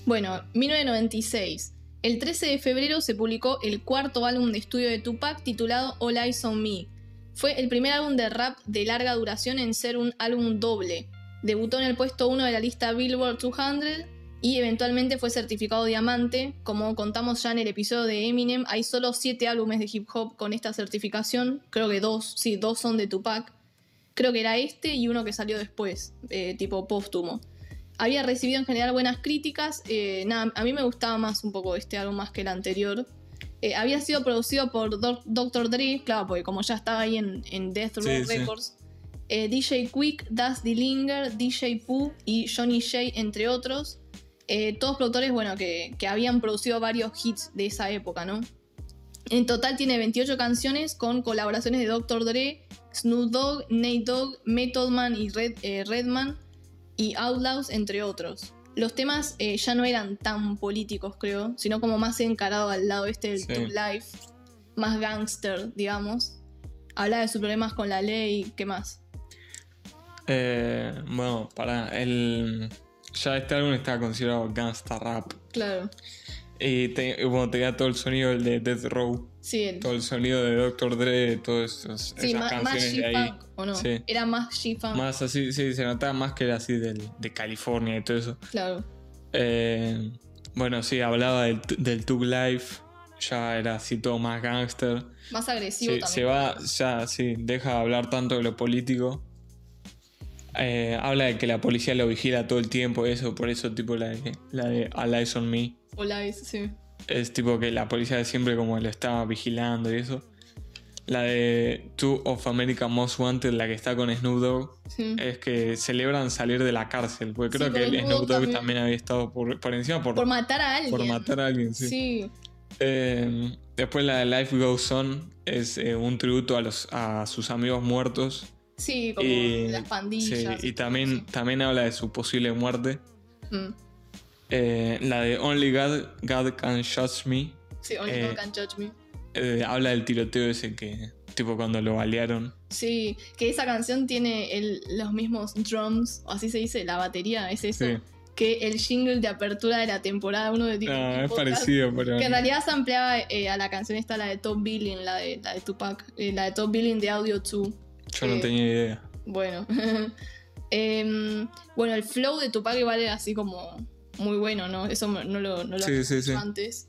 Bueno, 1996. El 13 de febrero se publicó el cuarto álbum de estudio de Tupac titulado All Eyes on Me. Fue el primer álbum de rap de larga duración en ser un álbum doble. Debutó en el puesto 1 de la lista Billboard 200 y eventualmente fue certificado diamante. Como contamos ya en el episodio de Eminem, hay solo 7 álbumes de hip hop con esta certificación. Creo que 2 son de Tupac. Creo que era este y uno que salió después, tipo póstumo. Había recibido en general buenas críticas. A mí me gustaba más un poco este álbum más que el anterior. Había sido producido por Dr. Dre, claro, porque como ya estaba ahí en Death Row Records. DJ Quick, Daz Dillinger, DJ Pooh y Johnny J, entre otros. Todos productores, bueno, que habían producido varios hits de esa época, ¿no? En total tiene 28 canciones con colaboraciones de Dr. Dre, Snoop Dogg, Nate Dogg, Method Man y Redman y Outlaws, entre otros. Los temas ya no eran tan políticos, creo, sino como más encarado al lado del Thug Life, más gangster, digamos. Hablaba de sus problemas con la ley, ¿qué más? Bueno, ya este álbum está considerado gangsta rap. Claro. Y tenía todo el sonido de Death Row. Sí, todo el sonido de Dr. Dre, todas esas canciones más de ahí. G-Funk, ¿o no? Sí. Era más G-Funk. Más así, sí, se notaba más que era así de California y todo eso. Claro. Bueno, sí, hablaba del Thug Life, ya era así todo más gangster. Más agresivo también. Se va, ya, sí, deja de hablar tanto de lo político. Habla de que la policía lo vigila todo el tiempo, eso, por eso tipo la de All Eyes on Me. All Eyes, sí. Es tipo que la policía siempre como lo estaba vigilando y eso. La de Two of America's Most Wanted, la que está con Snoop Dogg, sí. Es que celebran salir de la cárcel. Porque creo que Snoop Dogg también había estado por encima por matar a alguien. Por matar a alguien, sí. Después la de Life Goes On es un tributo a sus amigos muertos. Sí, como las pandillas. Sí, y también habla de su posible muerte. La de Only God Can Judge Me. Sí, Only God Can Judge Me. Habla del tiroteo ese que, tipo, cuando lo balearon. Sí, que esa canción tiene los mismos drums, o así se dice, la batería, es eso. Sí. Que el jingle de apertura de la temporada 1 de Tito. No, es parecido, pero. Que en realidad se ampliaba a la canción esta, la de Top Billing, la de Tupac, la de Top Billing de Audio 2. Yo no tenía idea. Bueno. Bueno, el flow de Tupac igual era así como muy bueno, ¿no? Eso no lo había dicho antes.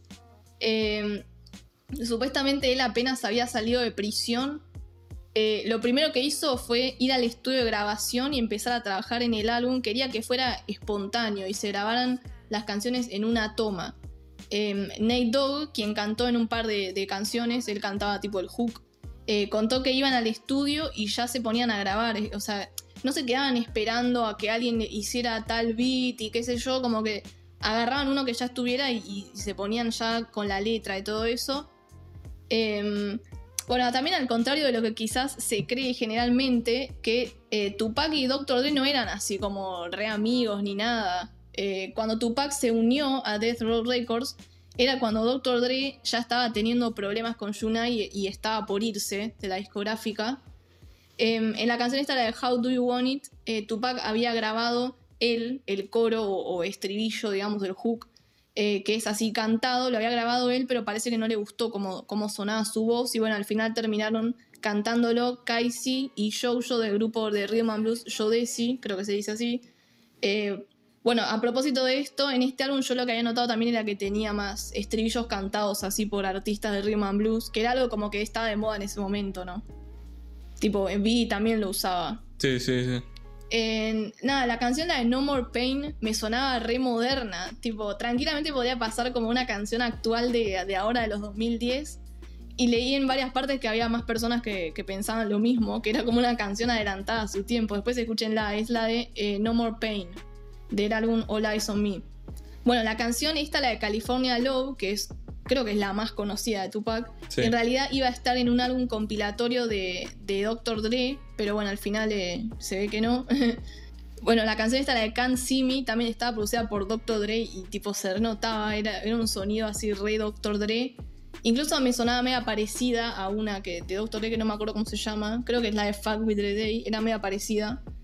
Supuestamente él apenas había salido de prisión. Lo primero que hizo fue ir al estudio de grabación y empezar a trabajar en el álbum. Quería que fuera espontáneo y se grabaran las canciones en una toma. Nate Dogg, quien cantó en un par de canciones, él cantaba tipo el hook, contó que iban al estudio y ya se ponían a grabar. O sea, no se quedaban esperando a que alguien hiciera tal beat y qué sé yo, como que agarraban uno que ya estuviera y se ponían ya con la letra y todo eso. Bueno, también al contrario de lo que quizás se cree generalmente, que Tupac y Dr. Dre no eran así como re amigos ni nada. Cuando Tupac se unió a Death Row Records, era cuando Dr. Dre ya estaba teniendo problemas con Yunai y estaba por irse de la discográfica. En la canción esta, la de How Do You Want It, Tupac había grabado el coro o estribillo, digamos, del hook, que es así cantado, lo había grabado él, pero parece que no le gustó cómo sonaba su voz, y bueno, al final terminaron cantándolo Casey y Jojo del grupo de Rhythm and Blues, Jodeci, creo que se dice así. Bueno, a propósito de esto, en este álbum yo lo que había notado también era que tenía más estribillos cantados así por artistas de Rhythm and Blues, que era algo como que estaba de moda en ese momento, ¿no? Tipo, B también lo usaba. Sí. Nada, la canción, la de No More Pain, me sonaba re moderna. Tipo, tranquilamente podía pasar como una canción actual de ahora, de los 2010. Y leí en varias partes que había más personas que pensaban lo mismo, que era como una canción adelantada a su tiempo. Después escúchenla, es la de No More Pain, del álbum All Eyes on Me. Bueno, la canción esta, la de California Love, que creo que es la más conocida de Tupac, sí. En realidad iba a estar en un álbum compilatorio de Dr. Dre, pero bueno, al final se ve que no. Bueno, la canción esta, la de Can't See Me, también estaba producida por Dr. Dre y tipo se notaba, era un sonido así re Dr. Dre. Incluso me sonaba media parecida a una de Dr. Dre que no me acuerdo cómo se llama, creo que es la de Fuck With The Day, era media parecida.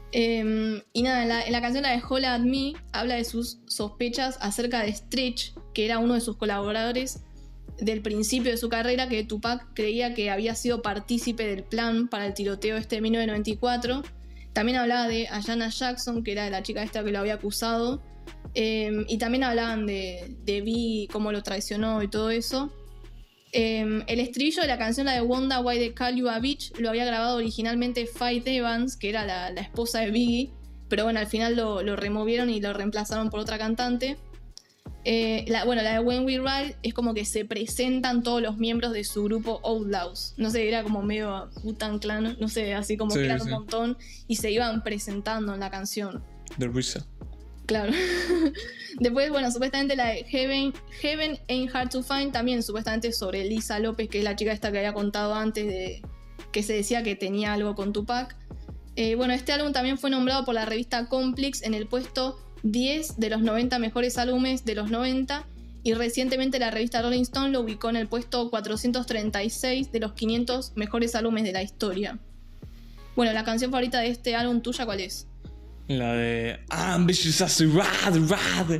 Y nada, en la canción la de Holla at Me habla de sus sospechas acerca de Stretch, que era uno de sus colaboradores del principio de su carrera, que Tupac creía que había sido partícipe del plan para el tiroteo de 1994. También hablaba de Ayanna Jackson, que era la chica esta que lo había acusado. Y también hablaban de Biggie, cómo lo traicionó y todo eso. El estribillo de la canción, la de Wonder Why They Call You a Bitch, lo había grabado originalmente Faith Evans, que era la esposa de Biggie, pero bueno, al final lo removieron y lo reemplazaron por otra cantante. La de When We Ride es como que se presentan todos los miembros de su grupo Outlaws. No sé, era como medio Wu-Tang Clan, no sé, así como que eran un montón y se iban presentando en la canción. De risa. Claro. Después, bueno, supuestamente la de Heaven Ain't Hard to Find, también supuestamente sobre Lisa López, que es la chica esta que había contado antes, de que se decía que tenía algo con Tupac. Bueno, este álbum también fue nombrado por la revista Complex en el puesto 10 de los 90 mejores álbumes de los 90, y recientemente la revista Rolling Stone lo ubicó en el puesto 436 de los 500 mejores álbumes de la historia. Bueno, la canción favorita de este álbum tuya, ¿cuál es? La de Ambitious as a Rider.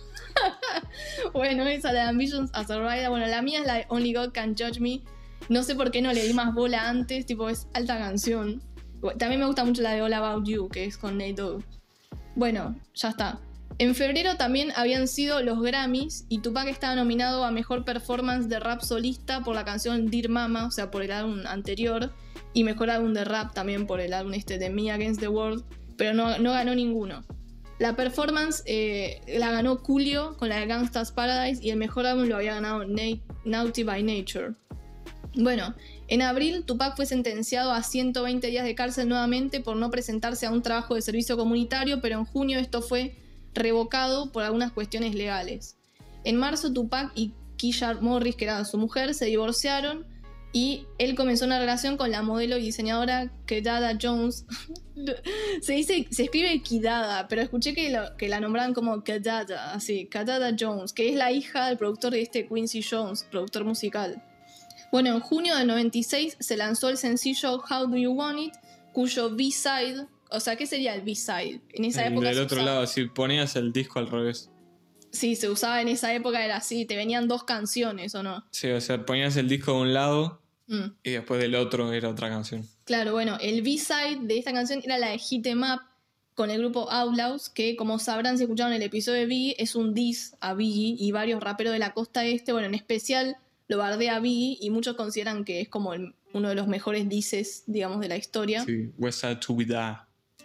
Bueno, esa, la de Ambitions as a Rider. Bueno, la mía es la de Only God Can Judge Me. No sé por qué no le di más bola antes, tipo, es alta canción. También me gusta mucho la de All About You, que es con Nate Dogg. Bueno, ya está. En febrero también habían sido los Grammys y Tupac estaba nominado a Mejor Performance de Rap Solista por la canción Dear Mama, o sea, por el álbum anterior, y Mejor Álbum de Rap también por el álbum de Me Against the World, pero no ganó ninguno. La performance la ganó Coolio con la de Gangsta's Paradise, y el mejor álbum lo había ganado Naughty by Nature. Bueno, en abril Tupac fue sentenciado a 120 días de cárcel nuevamente por no presentarse a un trabajo de servicio comunitario, pero en junio esto fue revocado por algunas cuestiones legales. En marzo Tupac y Keisha Morris, que era su mujer, se divorciaron y él comenzó una relación con la modelo y diseñadora Kedada Jones. Se escribe Kidada, pero escuché que la nombraban como Kedada, así, Kedada Jones, que es la hija del productor de Quincy Jones, productor musical. Bueno, en junio del 96 se lanzó el sencillo How Do You Want It, cuyo B-side, o sea, ¿qué sería el B-side? En esa época del otro lado, si ponías el disco al revés. Sí, se usaba en esa época, era así, te venían dos canciones, ¿o no? Sí, o sea, ponías el disco de un lado y después del otro era otra canción. Claro, bueno, el B-side de esta canción era la de Hit 'Em Up con el grupo Outlaws, que como sabrán si escucharon el episodio de Biggie, es un diss a Biggie y varios raperos de la costa este, bueno, en especial lo bardea a Biggie y muchos consideran que es como uno de los mejores disses, digamos, de la historia. Sí, West Side to Be Da.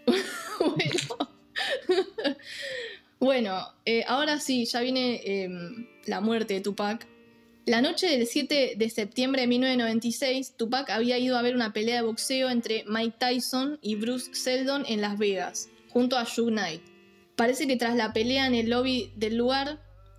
Bueno, ahora sí, ya viene la muerte de Tupac. La noche del 7 de septiembre de 1996, Tupac había ido a ver una pelea de boxeo entre Mike Tyson y Bruce Seldon en Las Vegas, junto a Suge Knight. Parece que tras la pelea en el lobby del lugar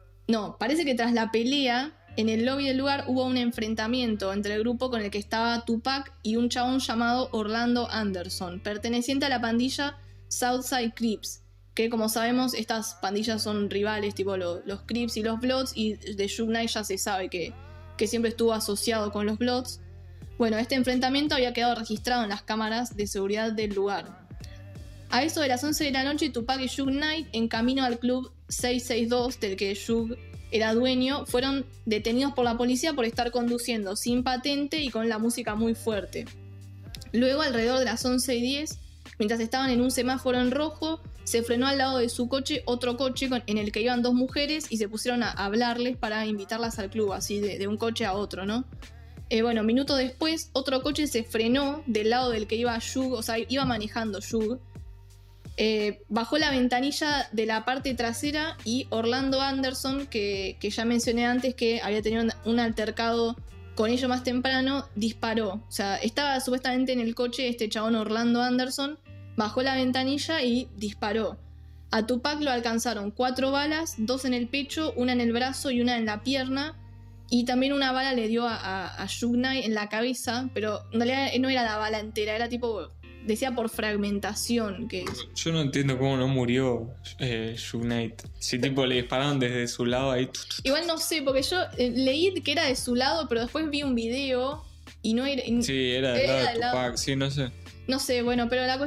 hubo un enfrentamiento entre el grupo con el que estaba Tupac y un chabón llamado Orlando Anderson, perteneciente a la pandilla Southside Crips, que como sabemos estas pandillas son rivales, tipo los Crips y los Bloods, y de Suge Knight ya se sabe que siempre estuvo asociado con los Bloods. Bueno, este enfrentamiento había quedado registrado en las cámaras de seguridad del lugar. A eso de las 11 de la noche, Tupac y Suge Knight, en camino al club 662, del que Suge era dueño, fueron detenidos por la policía por estar conduciendo sin patente y con la música muy fuerte. Luego, alrededor de las 11:10, mientras estaban en un semáforo en rojo, se frenó al lado de su coche otro coche en el que iban dos mujeres y se pusieron a hablarles para invitarlas al club, así de un coche a otro, ¿no? Bueno, minutos después, otro coche se frenó del lado del que iba Suge, o sea, iba manejando Suge. Bajó la ventanilla de la parte trasera y Orlando Anderson, que ya mencioné antes que había tenido un altercado con ellos más temprano, disparó. O sea, estaba supuestamente en el coche este chabón Orlando Anderson, bajó la ventanilla y disparó. A Tupac lo alcanzaron 4 balas, 2 en el pecho, una en el brazo y una en la pierna, y también una bala le dio a Suge Knight en la cabeza, pero en realidad no era la bala entera, era tipo... Decía por fragmentación. Yo no entiendo cómo no murió Suge Knight. Si tipo le dispararon desde su lado ahí. Igual no sé, porque yo leí que era de su lado, pero después vi un video y no era... Sí, era del lado de Tupac, sí, no sé. No sé, bueno, pero la cuestión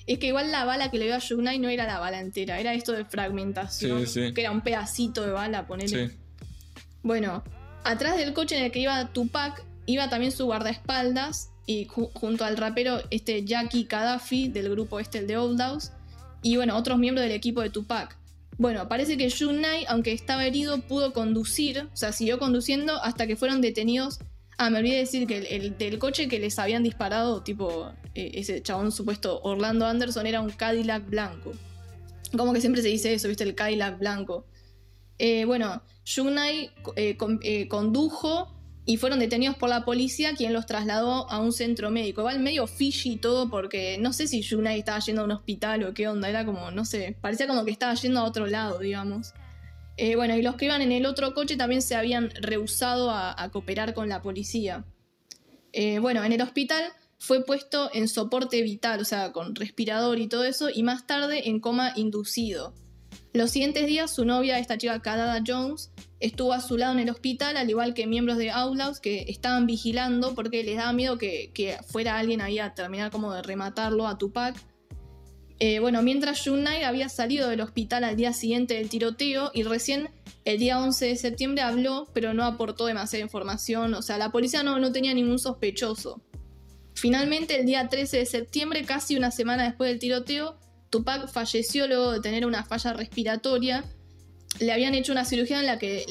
Es que igual la bala que le dio a Suge Knight no era la bala entera, era esto de fragmentación, que era un pedacito de bala, ponele. Sí. Bueno, atrás del coche en el que iba Tupac, iba también su guardaespaldas, y junto al rapero Jackie Gaddafi, del grupo el de Outlaws, y bueno, otros miembros del equipo de Tupac. Bueno, parece que Suge Knight, aunque estaba herido, pudo conducir, o sea, siguió conduciendo hasta que fueron detenidos. Me olvidé de decir que el del coche que les habían disparado, tipo, ese chabón supuesto Orlando Anderson, era un Cadillac blanco. Como que siempre se dice eso, ¿viste? El Cadillac blanco. Bueno, Suge Knight condujo y fueron detenidos por la policía, quien los trasladó a un centro médico. Igual medio fishy y todo, porque no sé si Suge Knight estaba yendo a un hospital o qué onda, era como, no sé, parecía como que estaba yendo a otro lado, digamos. Bueno, y los que iban en el otro coche también se habían rehusado a cooperar con la policía. Bueno, en el hospital fue puesto en soporte vital, o sea, con respirador y todo eso, y más tarde en coma inducido. Los siguientes días, su novia, esta chica Kadada Jones, estuvo a su lado en el hospital, al igual que miembros de Outlaws que estaban vigilando porque les daba miedo que fuera alguien ahí a terminar como de rematarlo a Tupac. Bueno, mientras Suge Knight había salido del hospital al día siguiente del tiroteo y recién el día 11 de septiembre habló, pero no aportó demasiada información, o sea, la policía no tenía ningún sospechoso. Finalmente, el día 13 de septiembre, casi una semana después del tiroteo, Tupac falleció luego de tener una falla respiratoria. Le habían hecho una cirugía en la que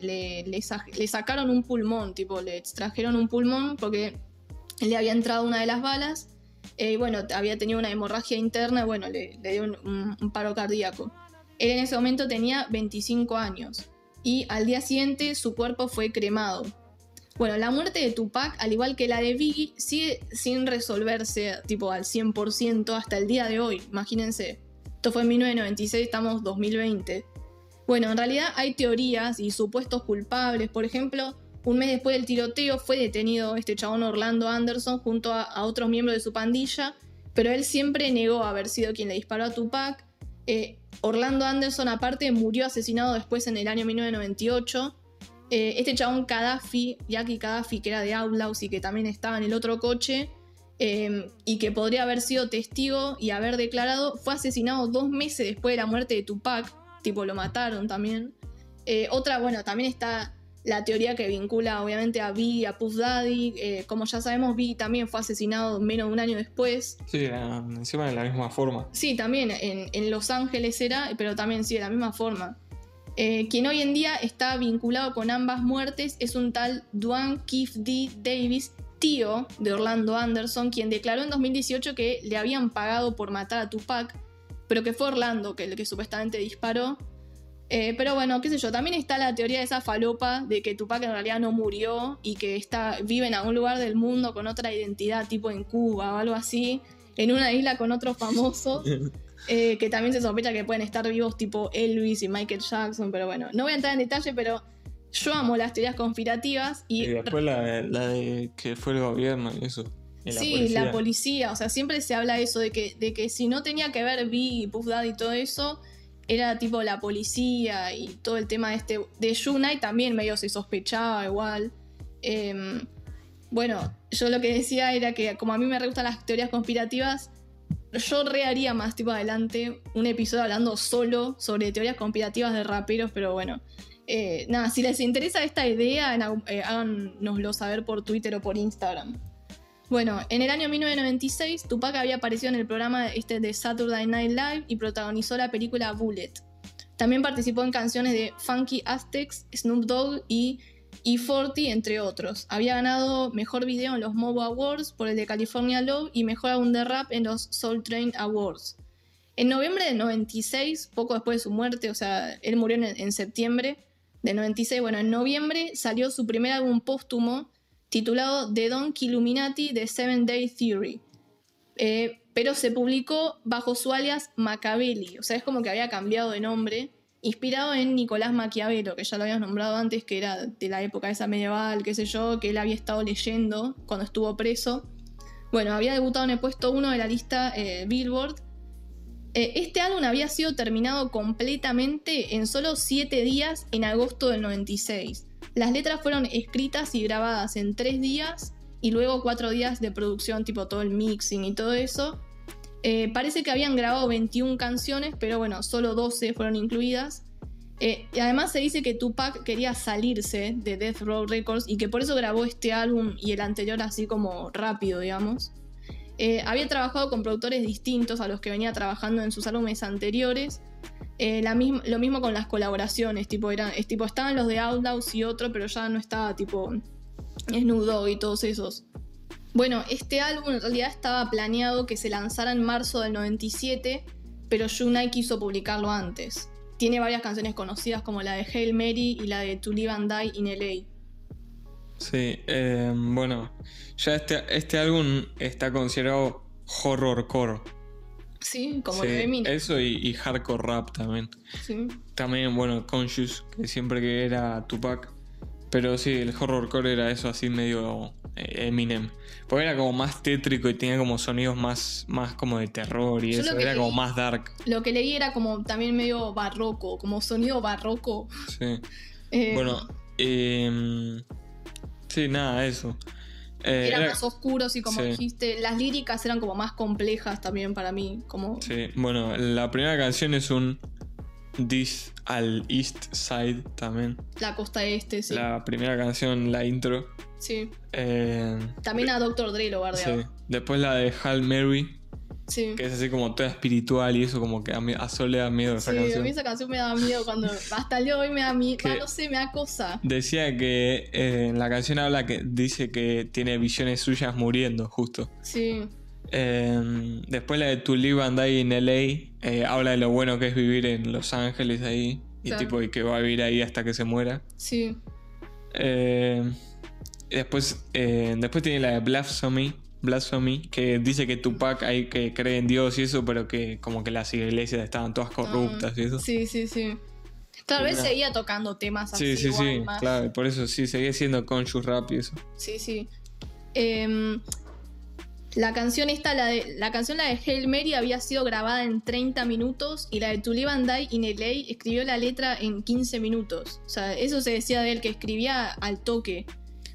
le sacaron un pulmón, tipo, le extrajeron un pulmón porque le había entrado una de las balas. Y bueno, había tenido una hemorragia interna, bueno, le dio un paro cardíaco. Él en ese momento tenía 25 años y al día siguiente su cuerpo fue cremado. Bueno, la muerte de Tupac, al igual que la de Biggie, sigue sin resolverse tipo al 100% hasta el día de hoy, imagínense. Esto fue en 1996, estamos en 2020. Bueno, en realidad hay teorías y supuestos culpables. Por ejemplo, un mes después del tiroteo fue detenido este chabón Orlando Anderson junto a otros miembros de su pandilla, pero él siempre negó haber sido quien le disparó a Tupac. Orlando Anderson aparte murió asesinado después en el año 1998. Este chabón Gaddafi, Jackie Gaddafi, que era de Outlaws y que también estaba en el otro coche, y que podría haber sido testigo y haber declarado, fue asesinado 2 meses después de la muerte de Tupac, tipo lo mataron también. Bueno, también está la teoría que vincula obviamente a Biggie, a Puff Daddy. Como ya sabemos, Biggie también fue asesinado menos de un año después. Sí, encima de la misma forma. Sí, también en Los Ángeles era, pero también sí, de la misma forma. Quien hoy en día está vinculado con ambas muertes es un tal Duane Keith D. Davis, tío de Orlando Anderson, quien declaró en 2018 que le habían pagado por matar a Tupac, pero que fue Orlando el que supuestamente disparó. Pero bueno, qué sé yo, también está la teoría de esa falopa de que Tupac en realidad no murió y que vive en algún lugar del mundo con otra identidad, tipo en Cuba o algo así, en una isla con otros famosos. Que también se sospecha que pueden estar vivos tipo Elvis y Michael Jackson, pero bueno, no voy a entrar en detalle, pero yo amo las teorías conspirativas. Y después la de que fue el gobierno y eso. Y sí, la policía, o sea, siempre se habla eso de que si no tenía que ver Biggie, Puff Daddy y todo eso, era tipo la policía y todo el tema de Suge Knight también medio se sospechaba igual. Bueno, yo lo que decía era que como a mí me re gustan las teorías conspirativas, yo haría más tipo adelante un episodio hablando solo sobre teorías conspirativas de raperos, pero bueno. Nada, si les interesa esta idea, háganoslo saber por Twitter o por Instagram. Bueno, en el año 1996, Tupac había aparecido en el programa de Saturday Night Live y protagonizó la película Bullet. También participó en canciones de Funky Aztecs, Snoop Dogg y E40, entre otros. Había ganado Mejor Video en los MOBO Awards por el de California Love y Mejor Álbum de Rap en los Soul Train Awards. En noviembre del 96, poco después de su muerte, o sea, él murió en septiembre del 96, bueno, en noviembre salió su primer álbum póstumo titulado The Donkey Illuminati The 7-Day Theory. Pero se publicó bajo su alias Machiavelli, o sea, es como que había cambiado de nombre, inspirado en Nicolás Maquiavelo, que ya lo habíamos nombrado antes, que era de la época esa medieval, qué sé yo, que él había estado leyendo cuando estuvo preso. Bueno, había debutado en el puesto 1 de la lista Billboard. Este álbum había sido terminado completamente en solo 7 días en agosto del 96. Las letras fueron escritas y grabadas en 3 días y luego 4 días de producción, tipo todo el mixing y todo eso. Parece que habían grabado 21 canciones, pero bueno, solo 12 fueron incluidas. Y además se dice que Tupac quería salirse de Death Row Records y que por eso grabó este álbum y el anterior así como rápido, digamos. Había trabajado con productores distintos a los que venía trabajando en sus álbumes anteriores. Lo mismo con las colaboraciones, estaban los de Outlaws y otro, pero ya no estaba tipo Snoop Dogg y todos esos. Bueno, este álbum en realidad estaba planeado que se lanzara en marzo del 97, pero Unai quiso publicarlo antes. Tiene varias canciones conocidas como la de Hail Mary y la de To Live and Die in LA. Sí, bueno, ya este álbum está considerado horrorcore. Sí, como Sí, lo de Eminem. eso y hardcore rap también. Sí. También, bueno, Conscious, que siempre que era Tupac. Pero sí, el horrorcore era eso así medio Eminem. Porque era como más tétrico y tenía como sonidos más como de terror y eso. Era como más dark. Lo que leí era como también medio barroco, como sonido barroco. Sí. Bueno, sí, nada, eso. Eran más oscuros y como sí. dijiste, las líricas eran como más complejas también para mí. Como... Sí, bueno, la primera canción es un diss al East Side también. La costa este, sí. La primera canción, la intro. Sí. También a Dr. Dre lo bardeaba. Sí. Después la de Hail Mary. Sí. Que es así como toda espiritual y eso como que a Sol le da miedo esa canción. Sí, a mí esa canción me daba miedo cuando... Hasta el día de hoy me da miedo, no sé, me da cosa. Decía que en la canción dice que tiene visiones suyas muriendo, justo. Sí. Después la de To Live and Die in LA habla de lo bueno que es vivir en Los Ángeles ahí. Y claro. tipo, y que va a vivir ahí hasta que se muera. Sí. Después tiene la de Blasphemy, que dice que Tupac hay que cree en Dios y eso, pero que como que las iglesias estaban todas corruptas y eso. Sí. Tal vez seguía tocando temas así. Sí, más. claro, por eso sí, seguía siendo conscious rap y eso. Sí. La canción la de Hail Mary había sido grabada en 30 minutos y la de To Live and Die in LA escribió la letra en 15 minutos. O sea, eso se decía de él, que escribía al toque.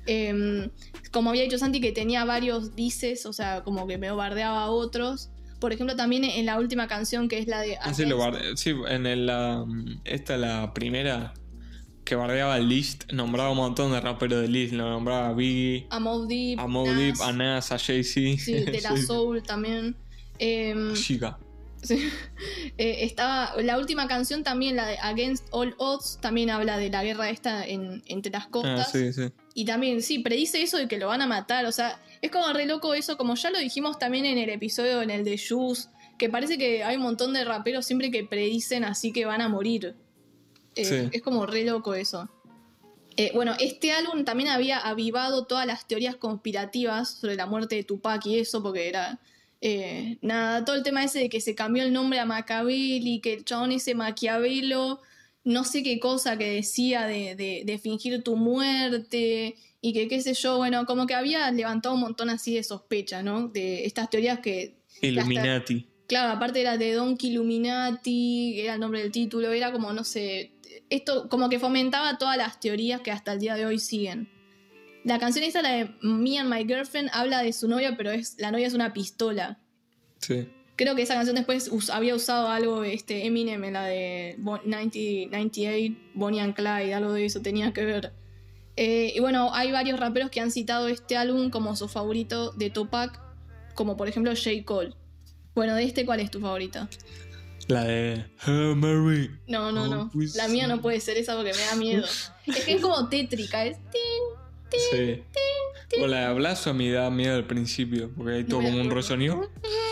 Como había dicho Santi, que tenía varios dices, o sea, como que me bardeaba a otros. Por ejemplo, también en la última canción, que es la de... Sí, esta la primera que bardeaba el List, nombraba un montón de raperos de List, lo nombraba a Biggie, a Mobb Deep, a Nas, a Jay-Z. Sí, de la Soul también. Chica. Sí. Estaba la última canción también, la de Against All Odds, también habla de la guerra esta entre las costas. Sí. Y también, sí, predice eso de que lo van a matar. O sea, es como re loco eso, como ya lo dijimos también en el episodio, en el de Juice, que parece que hay un montón de raperos siempre que predicen así que van a morir. Sí. Es como re loco eso. Bueno, este álbum también había avivado todas las teorías conspirativas sobre la muerte de Tupac y eso, porque era... todo el tema ese de que se cambió el nombre a Machiavelli, que el chabón ese Maquiavelo, no sé qué cosa que decía de fingir tu muerte y que qué sé yo, bueno, como que había levantado un montón así de sospecha, ¿no? De estas teorías que... Illuminati. Claro, aparte era de Donkey Illuminati, que era el nombre del título, era como, no sé, esto como que fomentaba todas las teorías que hasta el día de hoy siguen. La canción esta, la de Me and My Girlfriend, habla de su novia, pero la novia es una pistola. Sí. Creo que esa canción después había usado algo Eminem en la de 1998, Bonnie and Clyde, algo de eso tenía que ver. Y bueno, hay varios raperos que han citado este álbum como su favorito de Tupac, como por ejemplo J. Cole. Bueno, de ¿cuál es tu favorita? La de Hail Mary. No. La mía no puede ser esa porque me da miedo. Es que es como tétrica, es... Sí. O la de Blasphemy da miedo al principio, porque hay todo como un resonido.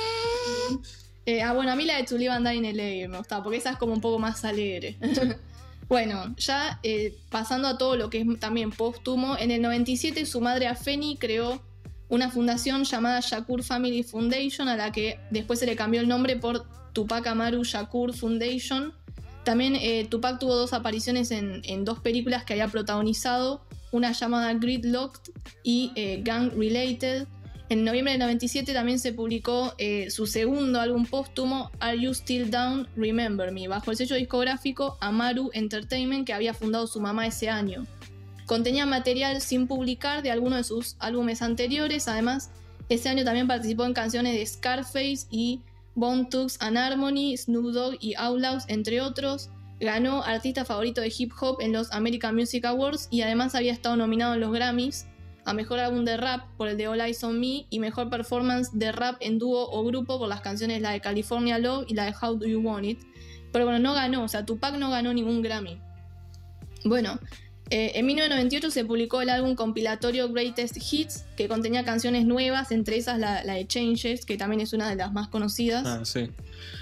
Bueno, a mí la de To Live and Die in LA me gustaba, porque esa es como un poco más alegre. Bueno, ya pasando a todo lo que es también póstumo, en el 97 su madre Afeni creó una fundación llamada Shakur Family Foundation, a la que después se le cambió el nombre por Tupac Amaru Shakur Foundation. También Tupac tuvo 2 apariciones en 2 películas que había protagonizado, una llamada Gridlocked y Gang Related. En noviembre del 97 también se publicó su segundo álbum póstumo, Are You Still Down? Remember Me, bajo el sello discográfico Amaru Entertainment, que había fundado su mamá ese año. Contenía material sin publicar de algunos de sus álbumes anteriores. Además, ese año también participó en canciones de Scarface y Bone Thugs and Harmony, Snoop Dogg y Outlawz, entre otros. Ganó Artista Favorito de Hip Hop en los American Music Awards y además había estado nominado en los Grammys a Mejor Álbum de Rap por el de All Eyes on Me y Mejor Performance de Rap en dúo o grupo por las canciones la de California Love y la de How Do You Want It. Pero bueno, no ganó, o sea, Tupac no ganó ningún Grammy. Bueno, en 1998 se publicó el álbum compilatorio Greatest Hits, que contenía canciones nuevas, entre esas la de Changes, que también es una de las más conocidas. Ah, sí.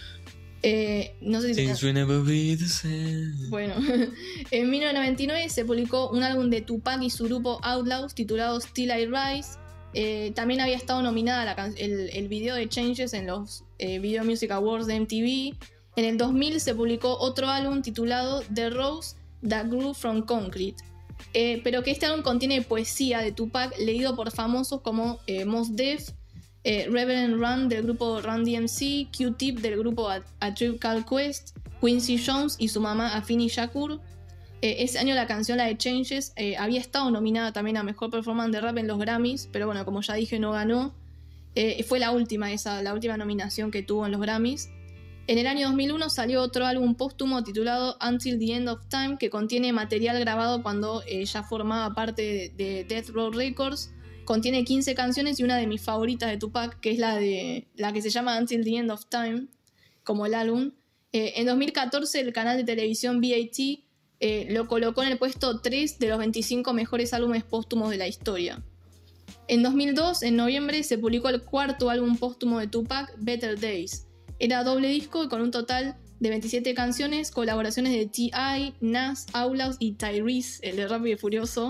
No sé si Things will never be the same. Bueno, en 1999 se publicó un álbum de Tupac y su grupo Outlawz titulado Still I Rise. También había estado nominada el video de Changes en los Video Music Awards de MTV. En el 2000 se publicó otro álbum titulado The Rose That Grew From Concrete, pero que este álbum contiene poesía de Tupac leído por famosos como Mos Def, Reverend Run del grupo Run DMC, Q-Tip del grupo A Tribe Called Quest, Quincy Jones y su mamá Afeni Shakur. Ese año la canción, la de Changes, había estado nominada también a Mejor Performance de Rap en los Grammys, pero bueno, como ya dije, no ganó. Fue la última nominación que tuvo en los Grammys. En el año 2001 salió otro álbum póstumo titulado Until the End of Time, que contiene material grabado cuando ya formaba parte de Death Row Records. Contiene 15 canciones y una de mis favoritas de Tupac, que es la que se llama Until the End of Time, como el álbum. En 2014 el canal de televisión BET lo colocó en el puesto 3 de los 25 mejores álbumes póstumos de la historia. En 2002, en noviembre, se publicó el cuarto álbum póstumo de Tupac, Better Days. Era doble disco y con un total de 27 canciones, colaboraciones de T.I., Nas, Outlawz y Tyrese, el de Rápido y Furioso,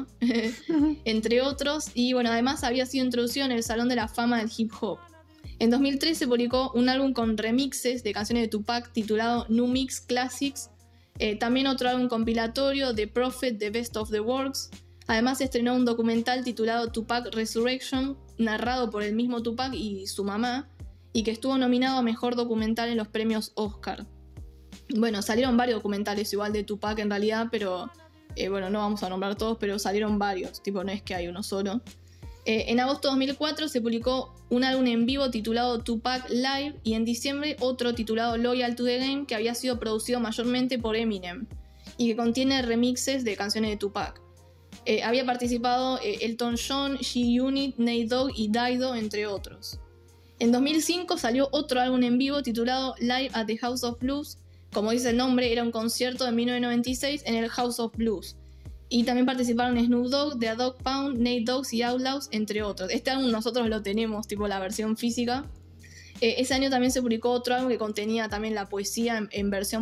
entre otros. Y bueno, además había sido introducido en el Salón de la Fama del Hip Hop. En 2003 se publicó un álbum con remixes de canciones de Tupac titulado New Mix Classics. También otro álbum compilatorio, The Prophet, The Best of the Works. Además se estrenó un documental titulado Tupac Resurrection, narrado por el mismo Tupac y su mamá, y que estuvo nominado a Mejor Documental en los premios Oscar. Bueno, salieron varios documentales igual de Tupac en realidad, pero bueno, no vamos a nombrar todos, pero salieron varios, tipo no es que hay uno solo. En agosto de 2004 se publicó un álbum en vivo titulado Tupac Live y en diciembre otro titulado Loyal to the Game, que había sido producido mayormente por Eminem y que contiene remixes de canciones de Tupac. Había participado Elton John, G-Unit, Nate Dogg y Dido, entre otros. En 2005 salió otro álbum en vivo titulado Live at the House of Blues. Como dice el nombre, era un concierto de 1996 en el House of Blues. Y también participaron Snoop Dogg, The Dogg Pound, Nate Dogg y Outlawz, entre otros. Este álbum nosotros lo tenemos, tipo la versión física. Ese año también se publicó otro álbum que contenía también la poesía en versión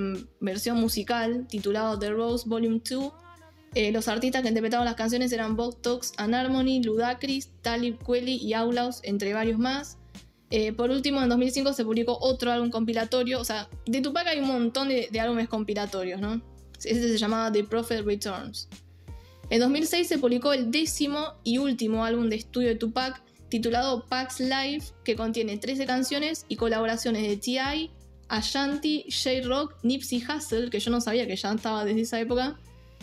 musical, titulado The Rose Volume 2. Los artistas que interpretaban las canciones eran Bone Thugs and Harmony, Ludacris, Talib Kweli y Outlawz, entre varios más. Por último, en 2005 se publicó otro álbum compilatorio. O sea, de Tupac hay un montón de álbumes compilatorios, ¿no? Ese se llamaba The Prophet Returns. En 2006 se publicó el 10º y último álbum de estudio de Tupac, titulado Pac's Life, que contiene 13 canciones y colaboraciones de T.I., Ashanti, J-Rock, Nipsey Hussle, que yo no sabía que ya estaba desde esa época,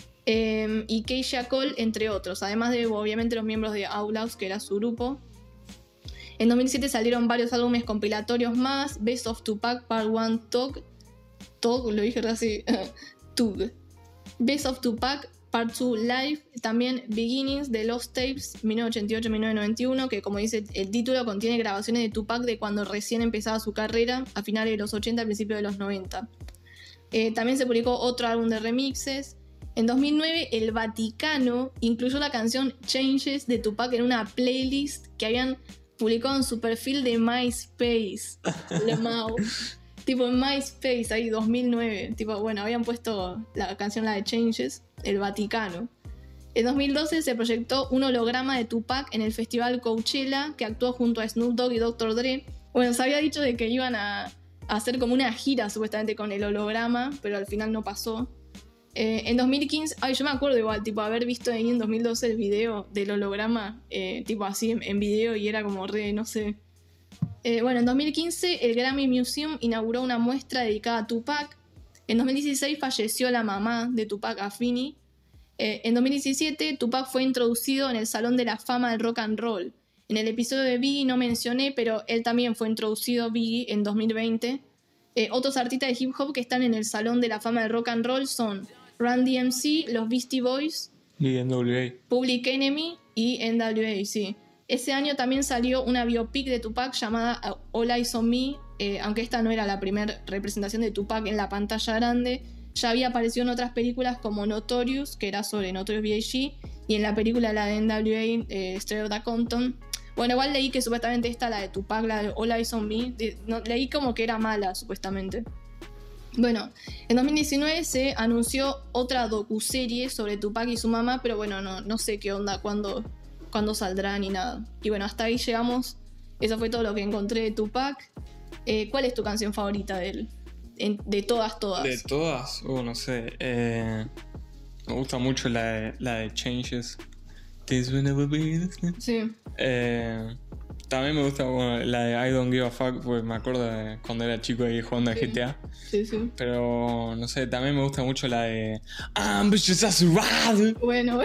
y Keisha Cole, entre otros, además de obviamente los miembros de Outlawz, que era su grupo. En 2007 salieron varios álbumes compilatorios más, Best of Tupac Part 1 Tug, lo dije así, Tug, Best of Tupac Part 2 Live, también Beginnings de Lost Tapes 1988-1991, que como dice el título contiene grabaciones de Tupac de cuando recién empezaba su carrera, a finales de los 80, a principios de los 90. También se publicó otro álbum de remixes. En 2009 el Vaticano incluyó la canción Changes de Tupac en una playlist que habían publicado en su perfil de MySpace. Tipo en MySpace, ahí 2009. Tipo, bueno, habían puesto la canción, la de Changes, el Vaticano. En 2012 se proyectó un holograma de Tupac en el festival Coachella, que actuó junto a Snoop Dogg y Dr. Dre. Bueno, se había dicho de que iban a hacer como una gira supuestamente con el holograma, pero al final no pasó. En 2015, yo me acuerdo igual, tipo, haber visto ahí en 2012 el video del holograma, tipo así en video, y era como re, no sé. Bueno, en 2015 el Grammy Museum inauguró una muestra dedicada a Tupac. En 2016 falleció la mamá de Tupac, Afeni. En 2017 Tupac fue introducido en el Salón de la Fama del Rock and Roll. En el episodio de Biggie no mencioné, pero él también fue introducido, Biggie, en 2020. Otros artistas de hip hop que están en el Salón de la Fama del Rock and Roll son Run DMC, los Beastie Boys, y NWA. Public Enemy y NWA, sí. Ese año también salió una biopic de Tupac llamada All Eyes on Me, aunque esta no era la primera representación de Tupac en la pantalla grande. Ya había aparecido en otras películas como Notorious, que era sobre Notorious B.I.G., y en la película la de NWA, Straight Outta Compton. Bueno, igual leí que supuestamente esta, la de Tupac, la de All Eyes on Me, leí como que era mala, supuestamente. Bueno, en 2019 se anunció otra docuserie sobre Tupac y su mamá, pero bueno, no sé qué onda, cuándo saldrá ni nada. Y bueno, hasta ahí llegamos. Eso fue todo lo que encontré de Tupac. ¿Cuál es tu canción favorita de él? De todas. De todas, no sé. Me gusta mucho la de Changes. This will never be the same. Sí. También me gusta la de I Don't Give a Fuck, porque me acuerdo de cuando era chico ahí jugando a GTA. Sí. Pero no sé, también me gusta mucho la de Ambitious as a Ride. Bueno.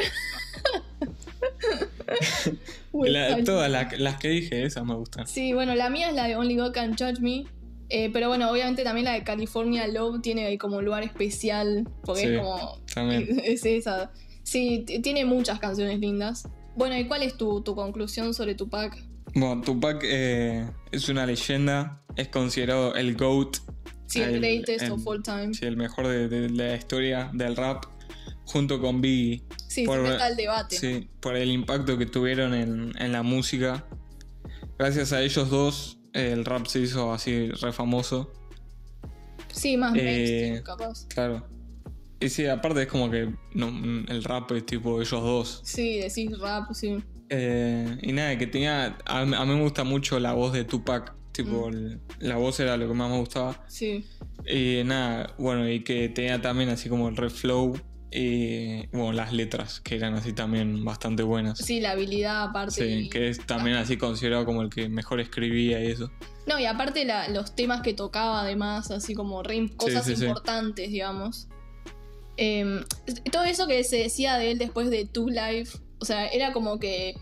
Todas las que dije, esas me gustan. Sí, bueno, la mía es la de Only God Can Judge Me. Pero bueno, obviamente también la de California Love tiene ahí como un lugar especial. Porque sí, es como. También. Es esa. Sí, tiene muchas canciones lindas. Bueno, ¿y cuál es tu conclusión sobre Tupac? Bueno, Tupac es una leyenda. Es considerado el GOAT. Sí, el greatest of all time. Sí, el mejor de la historia del rap. Junto con Biggie. Sí, siempre está el debate. Sí, por el impacto que tuvieron en la música. Gracias a ellos dos, el rap se hizo así re famoso. Sí, más mainstream, capaz. Claro. Y sí, aparte es como que el rap es tipo ellos dos. Sí, decís rap, sí. Y nada, que tenía. A mí me gusta mucho la voz de Tupac. Tipo, la voz era lo que más me gustaba. Sí. Y nada, bueno, y que tenía también así como el re flow. Y bueno, las letras, que eran así también bastante buenas. Sí, la habilidad aparte. Sí, que es también así considerado como el que mejor escribía y eso. No, y aparte los temas que tocaba además, así como cosas importantes, digamos. Todo eso que se decía de él después de Two Life, o sea, era como que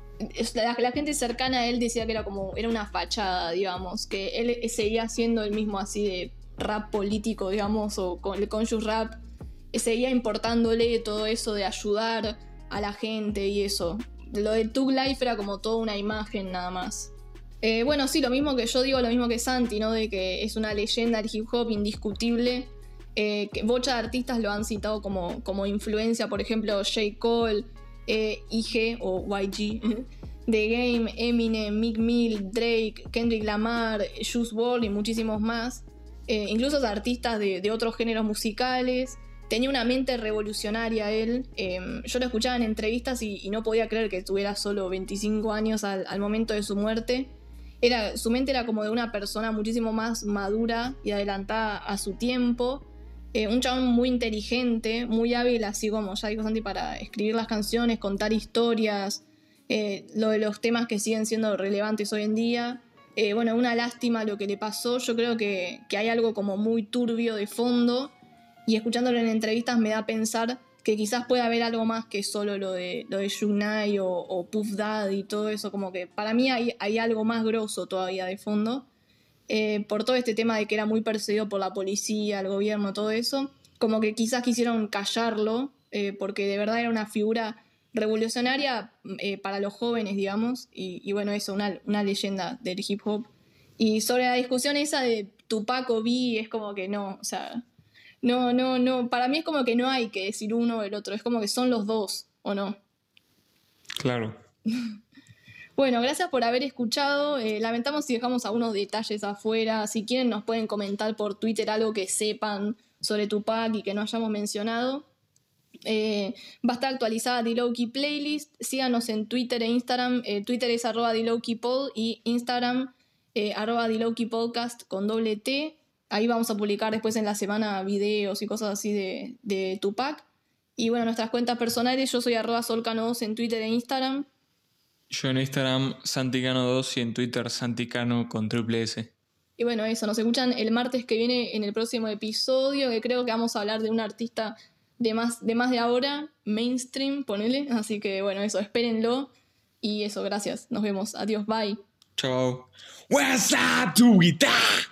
la gente cercana a él decía que era una fachada, digamos, que él seguía siendo el mismo así de rap político, digamos, o con el conscious rap, seguía importándole todo eso de ayudar a la gente y eso. Lo de Tug Life era como toda una imagen nada más. Bueno, sí, lo mismo que yo digo, lo mismo que Santi, ¿no? De que es una leyenda del hip hop indiscutible. Que bocha de artistas lo han citado como influencia, por ejemplo, J. Cole, IG o YG, The Game, Eminem, Meek Mill, Drake, Kendrick Lamar, Juice WRLD y muchísimos más. Incluso artistas de otros géneros musicales. Tenía una mente revolucionaria él. Yo lo escuchaba en entrevistas y no podía creer que tuviera solo 25 años al momento de su muerte. Su mente era como de una persona muchísimo más madura y adelantada a su tiempo. Un chabón muy inteligente, muy hábil, así como ya dijo Santi, para escribir las canciones, contar historias, lo de los temas que siguen siendo relevantes hoy en día. Bueno, una lástima lo que le pasó. Yo creo que hay algo como muy turbio de fondo. Y escuchándolo en entrevistas me da a pensar que quizás pueda haber algo más que solo lo de Suge Knight o Puff Daddy y todo eso. Como que para mí hay algo más grosso todavía de fondo. Por todo este tema de que era muy perseguido por la policía, el gobierno, todo eso. Como que quizás quisieron callarlo, porque de verdad era una figura revolucionaria para los jóvenes, digamos. Y bueno, eso, una leyenda del hip hop. Y sobre la discusión esa de Tupac o Biggie, es como que no, o sea... No, para mí es como que no hay que decir uno o el otro, es como que son los dos, ¿o no? Claro. Bueno, gracias por haber escuchado, lamentamos si dejamos algunos detalles afuera, si quieren nos pueden comentar por Twitter algo que sepan sobre Tupac y que no hayamos mencionado. Va a estar actualizada D-Low-Key Playlist, síganos en Twitter e Instagram, Twitter es @D-Low-Key-Pod y Instagram @D-Low-Key-Podcast con $T. Ahí vamos a publicar después en la semana videos y cosas así de Tupac. Y bueno, nuestras cuentas personales, yo soy @Solcano2 en Twitter e Instagram. Yo en Instagram Santicano2 y en Twitter Santicano con /S. Y bueno, eso, nos escuchan el martes que viene en el próximo episodio, que creo que vamos a hablar de un artista de más de ahora, mainstream, ponele. Así que bueno, eso, espérenlo. Y eso, gracias. Nos vemos. Adiós, bye. Chao. What's up, tu guitarra?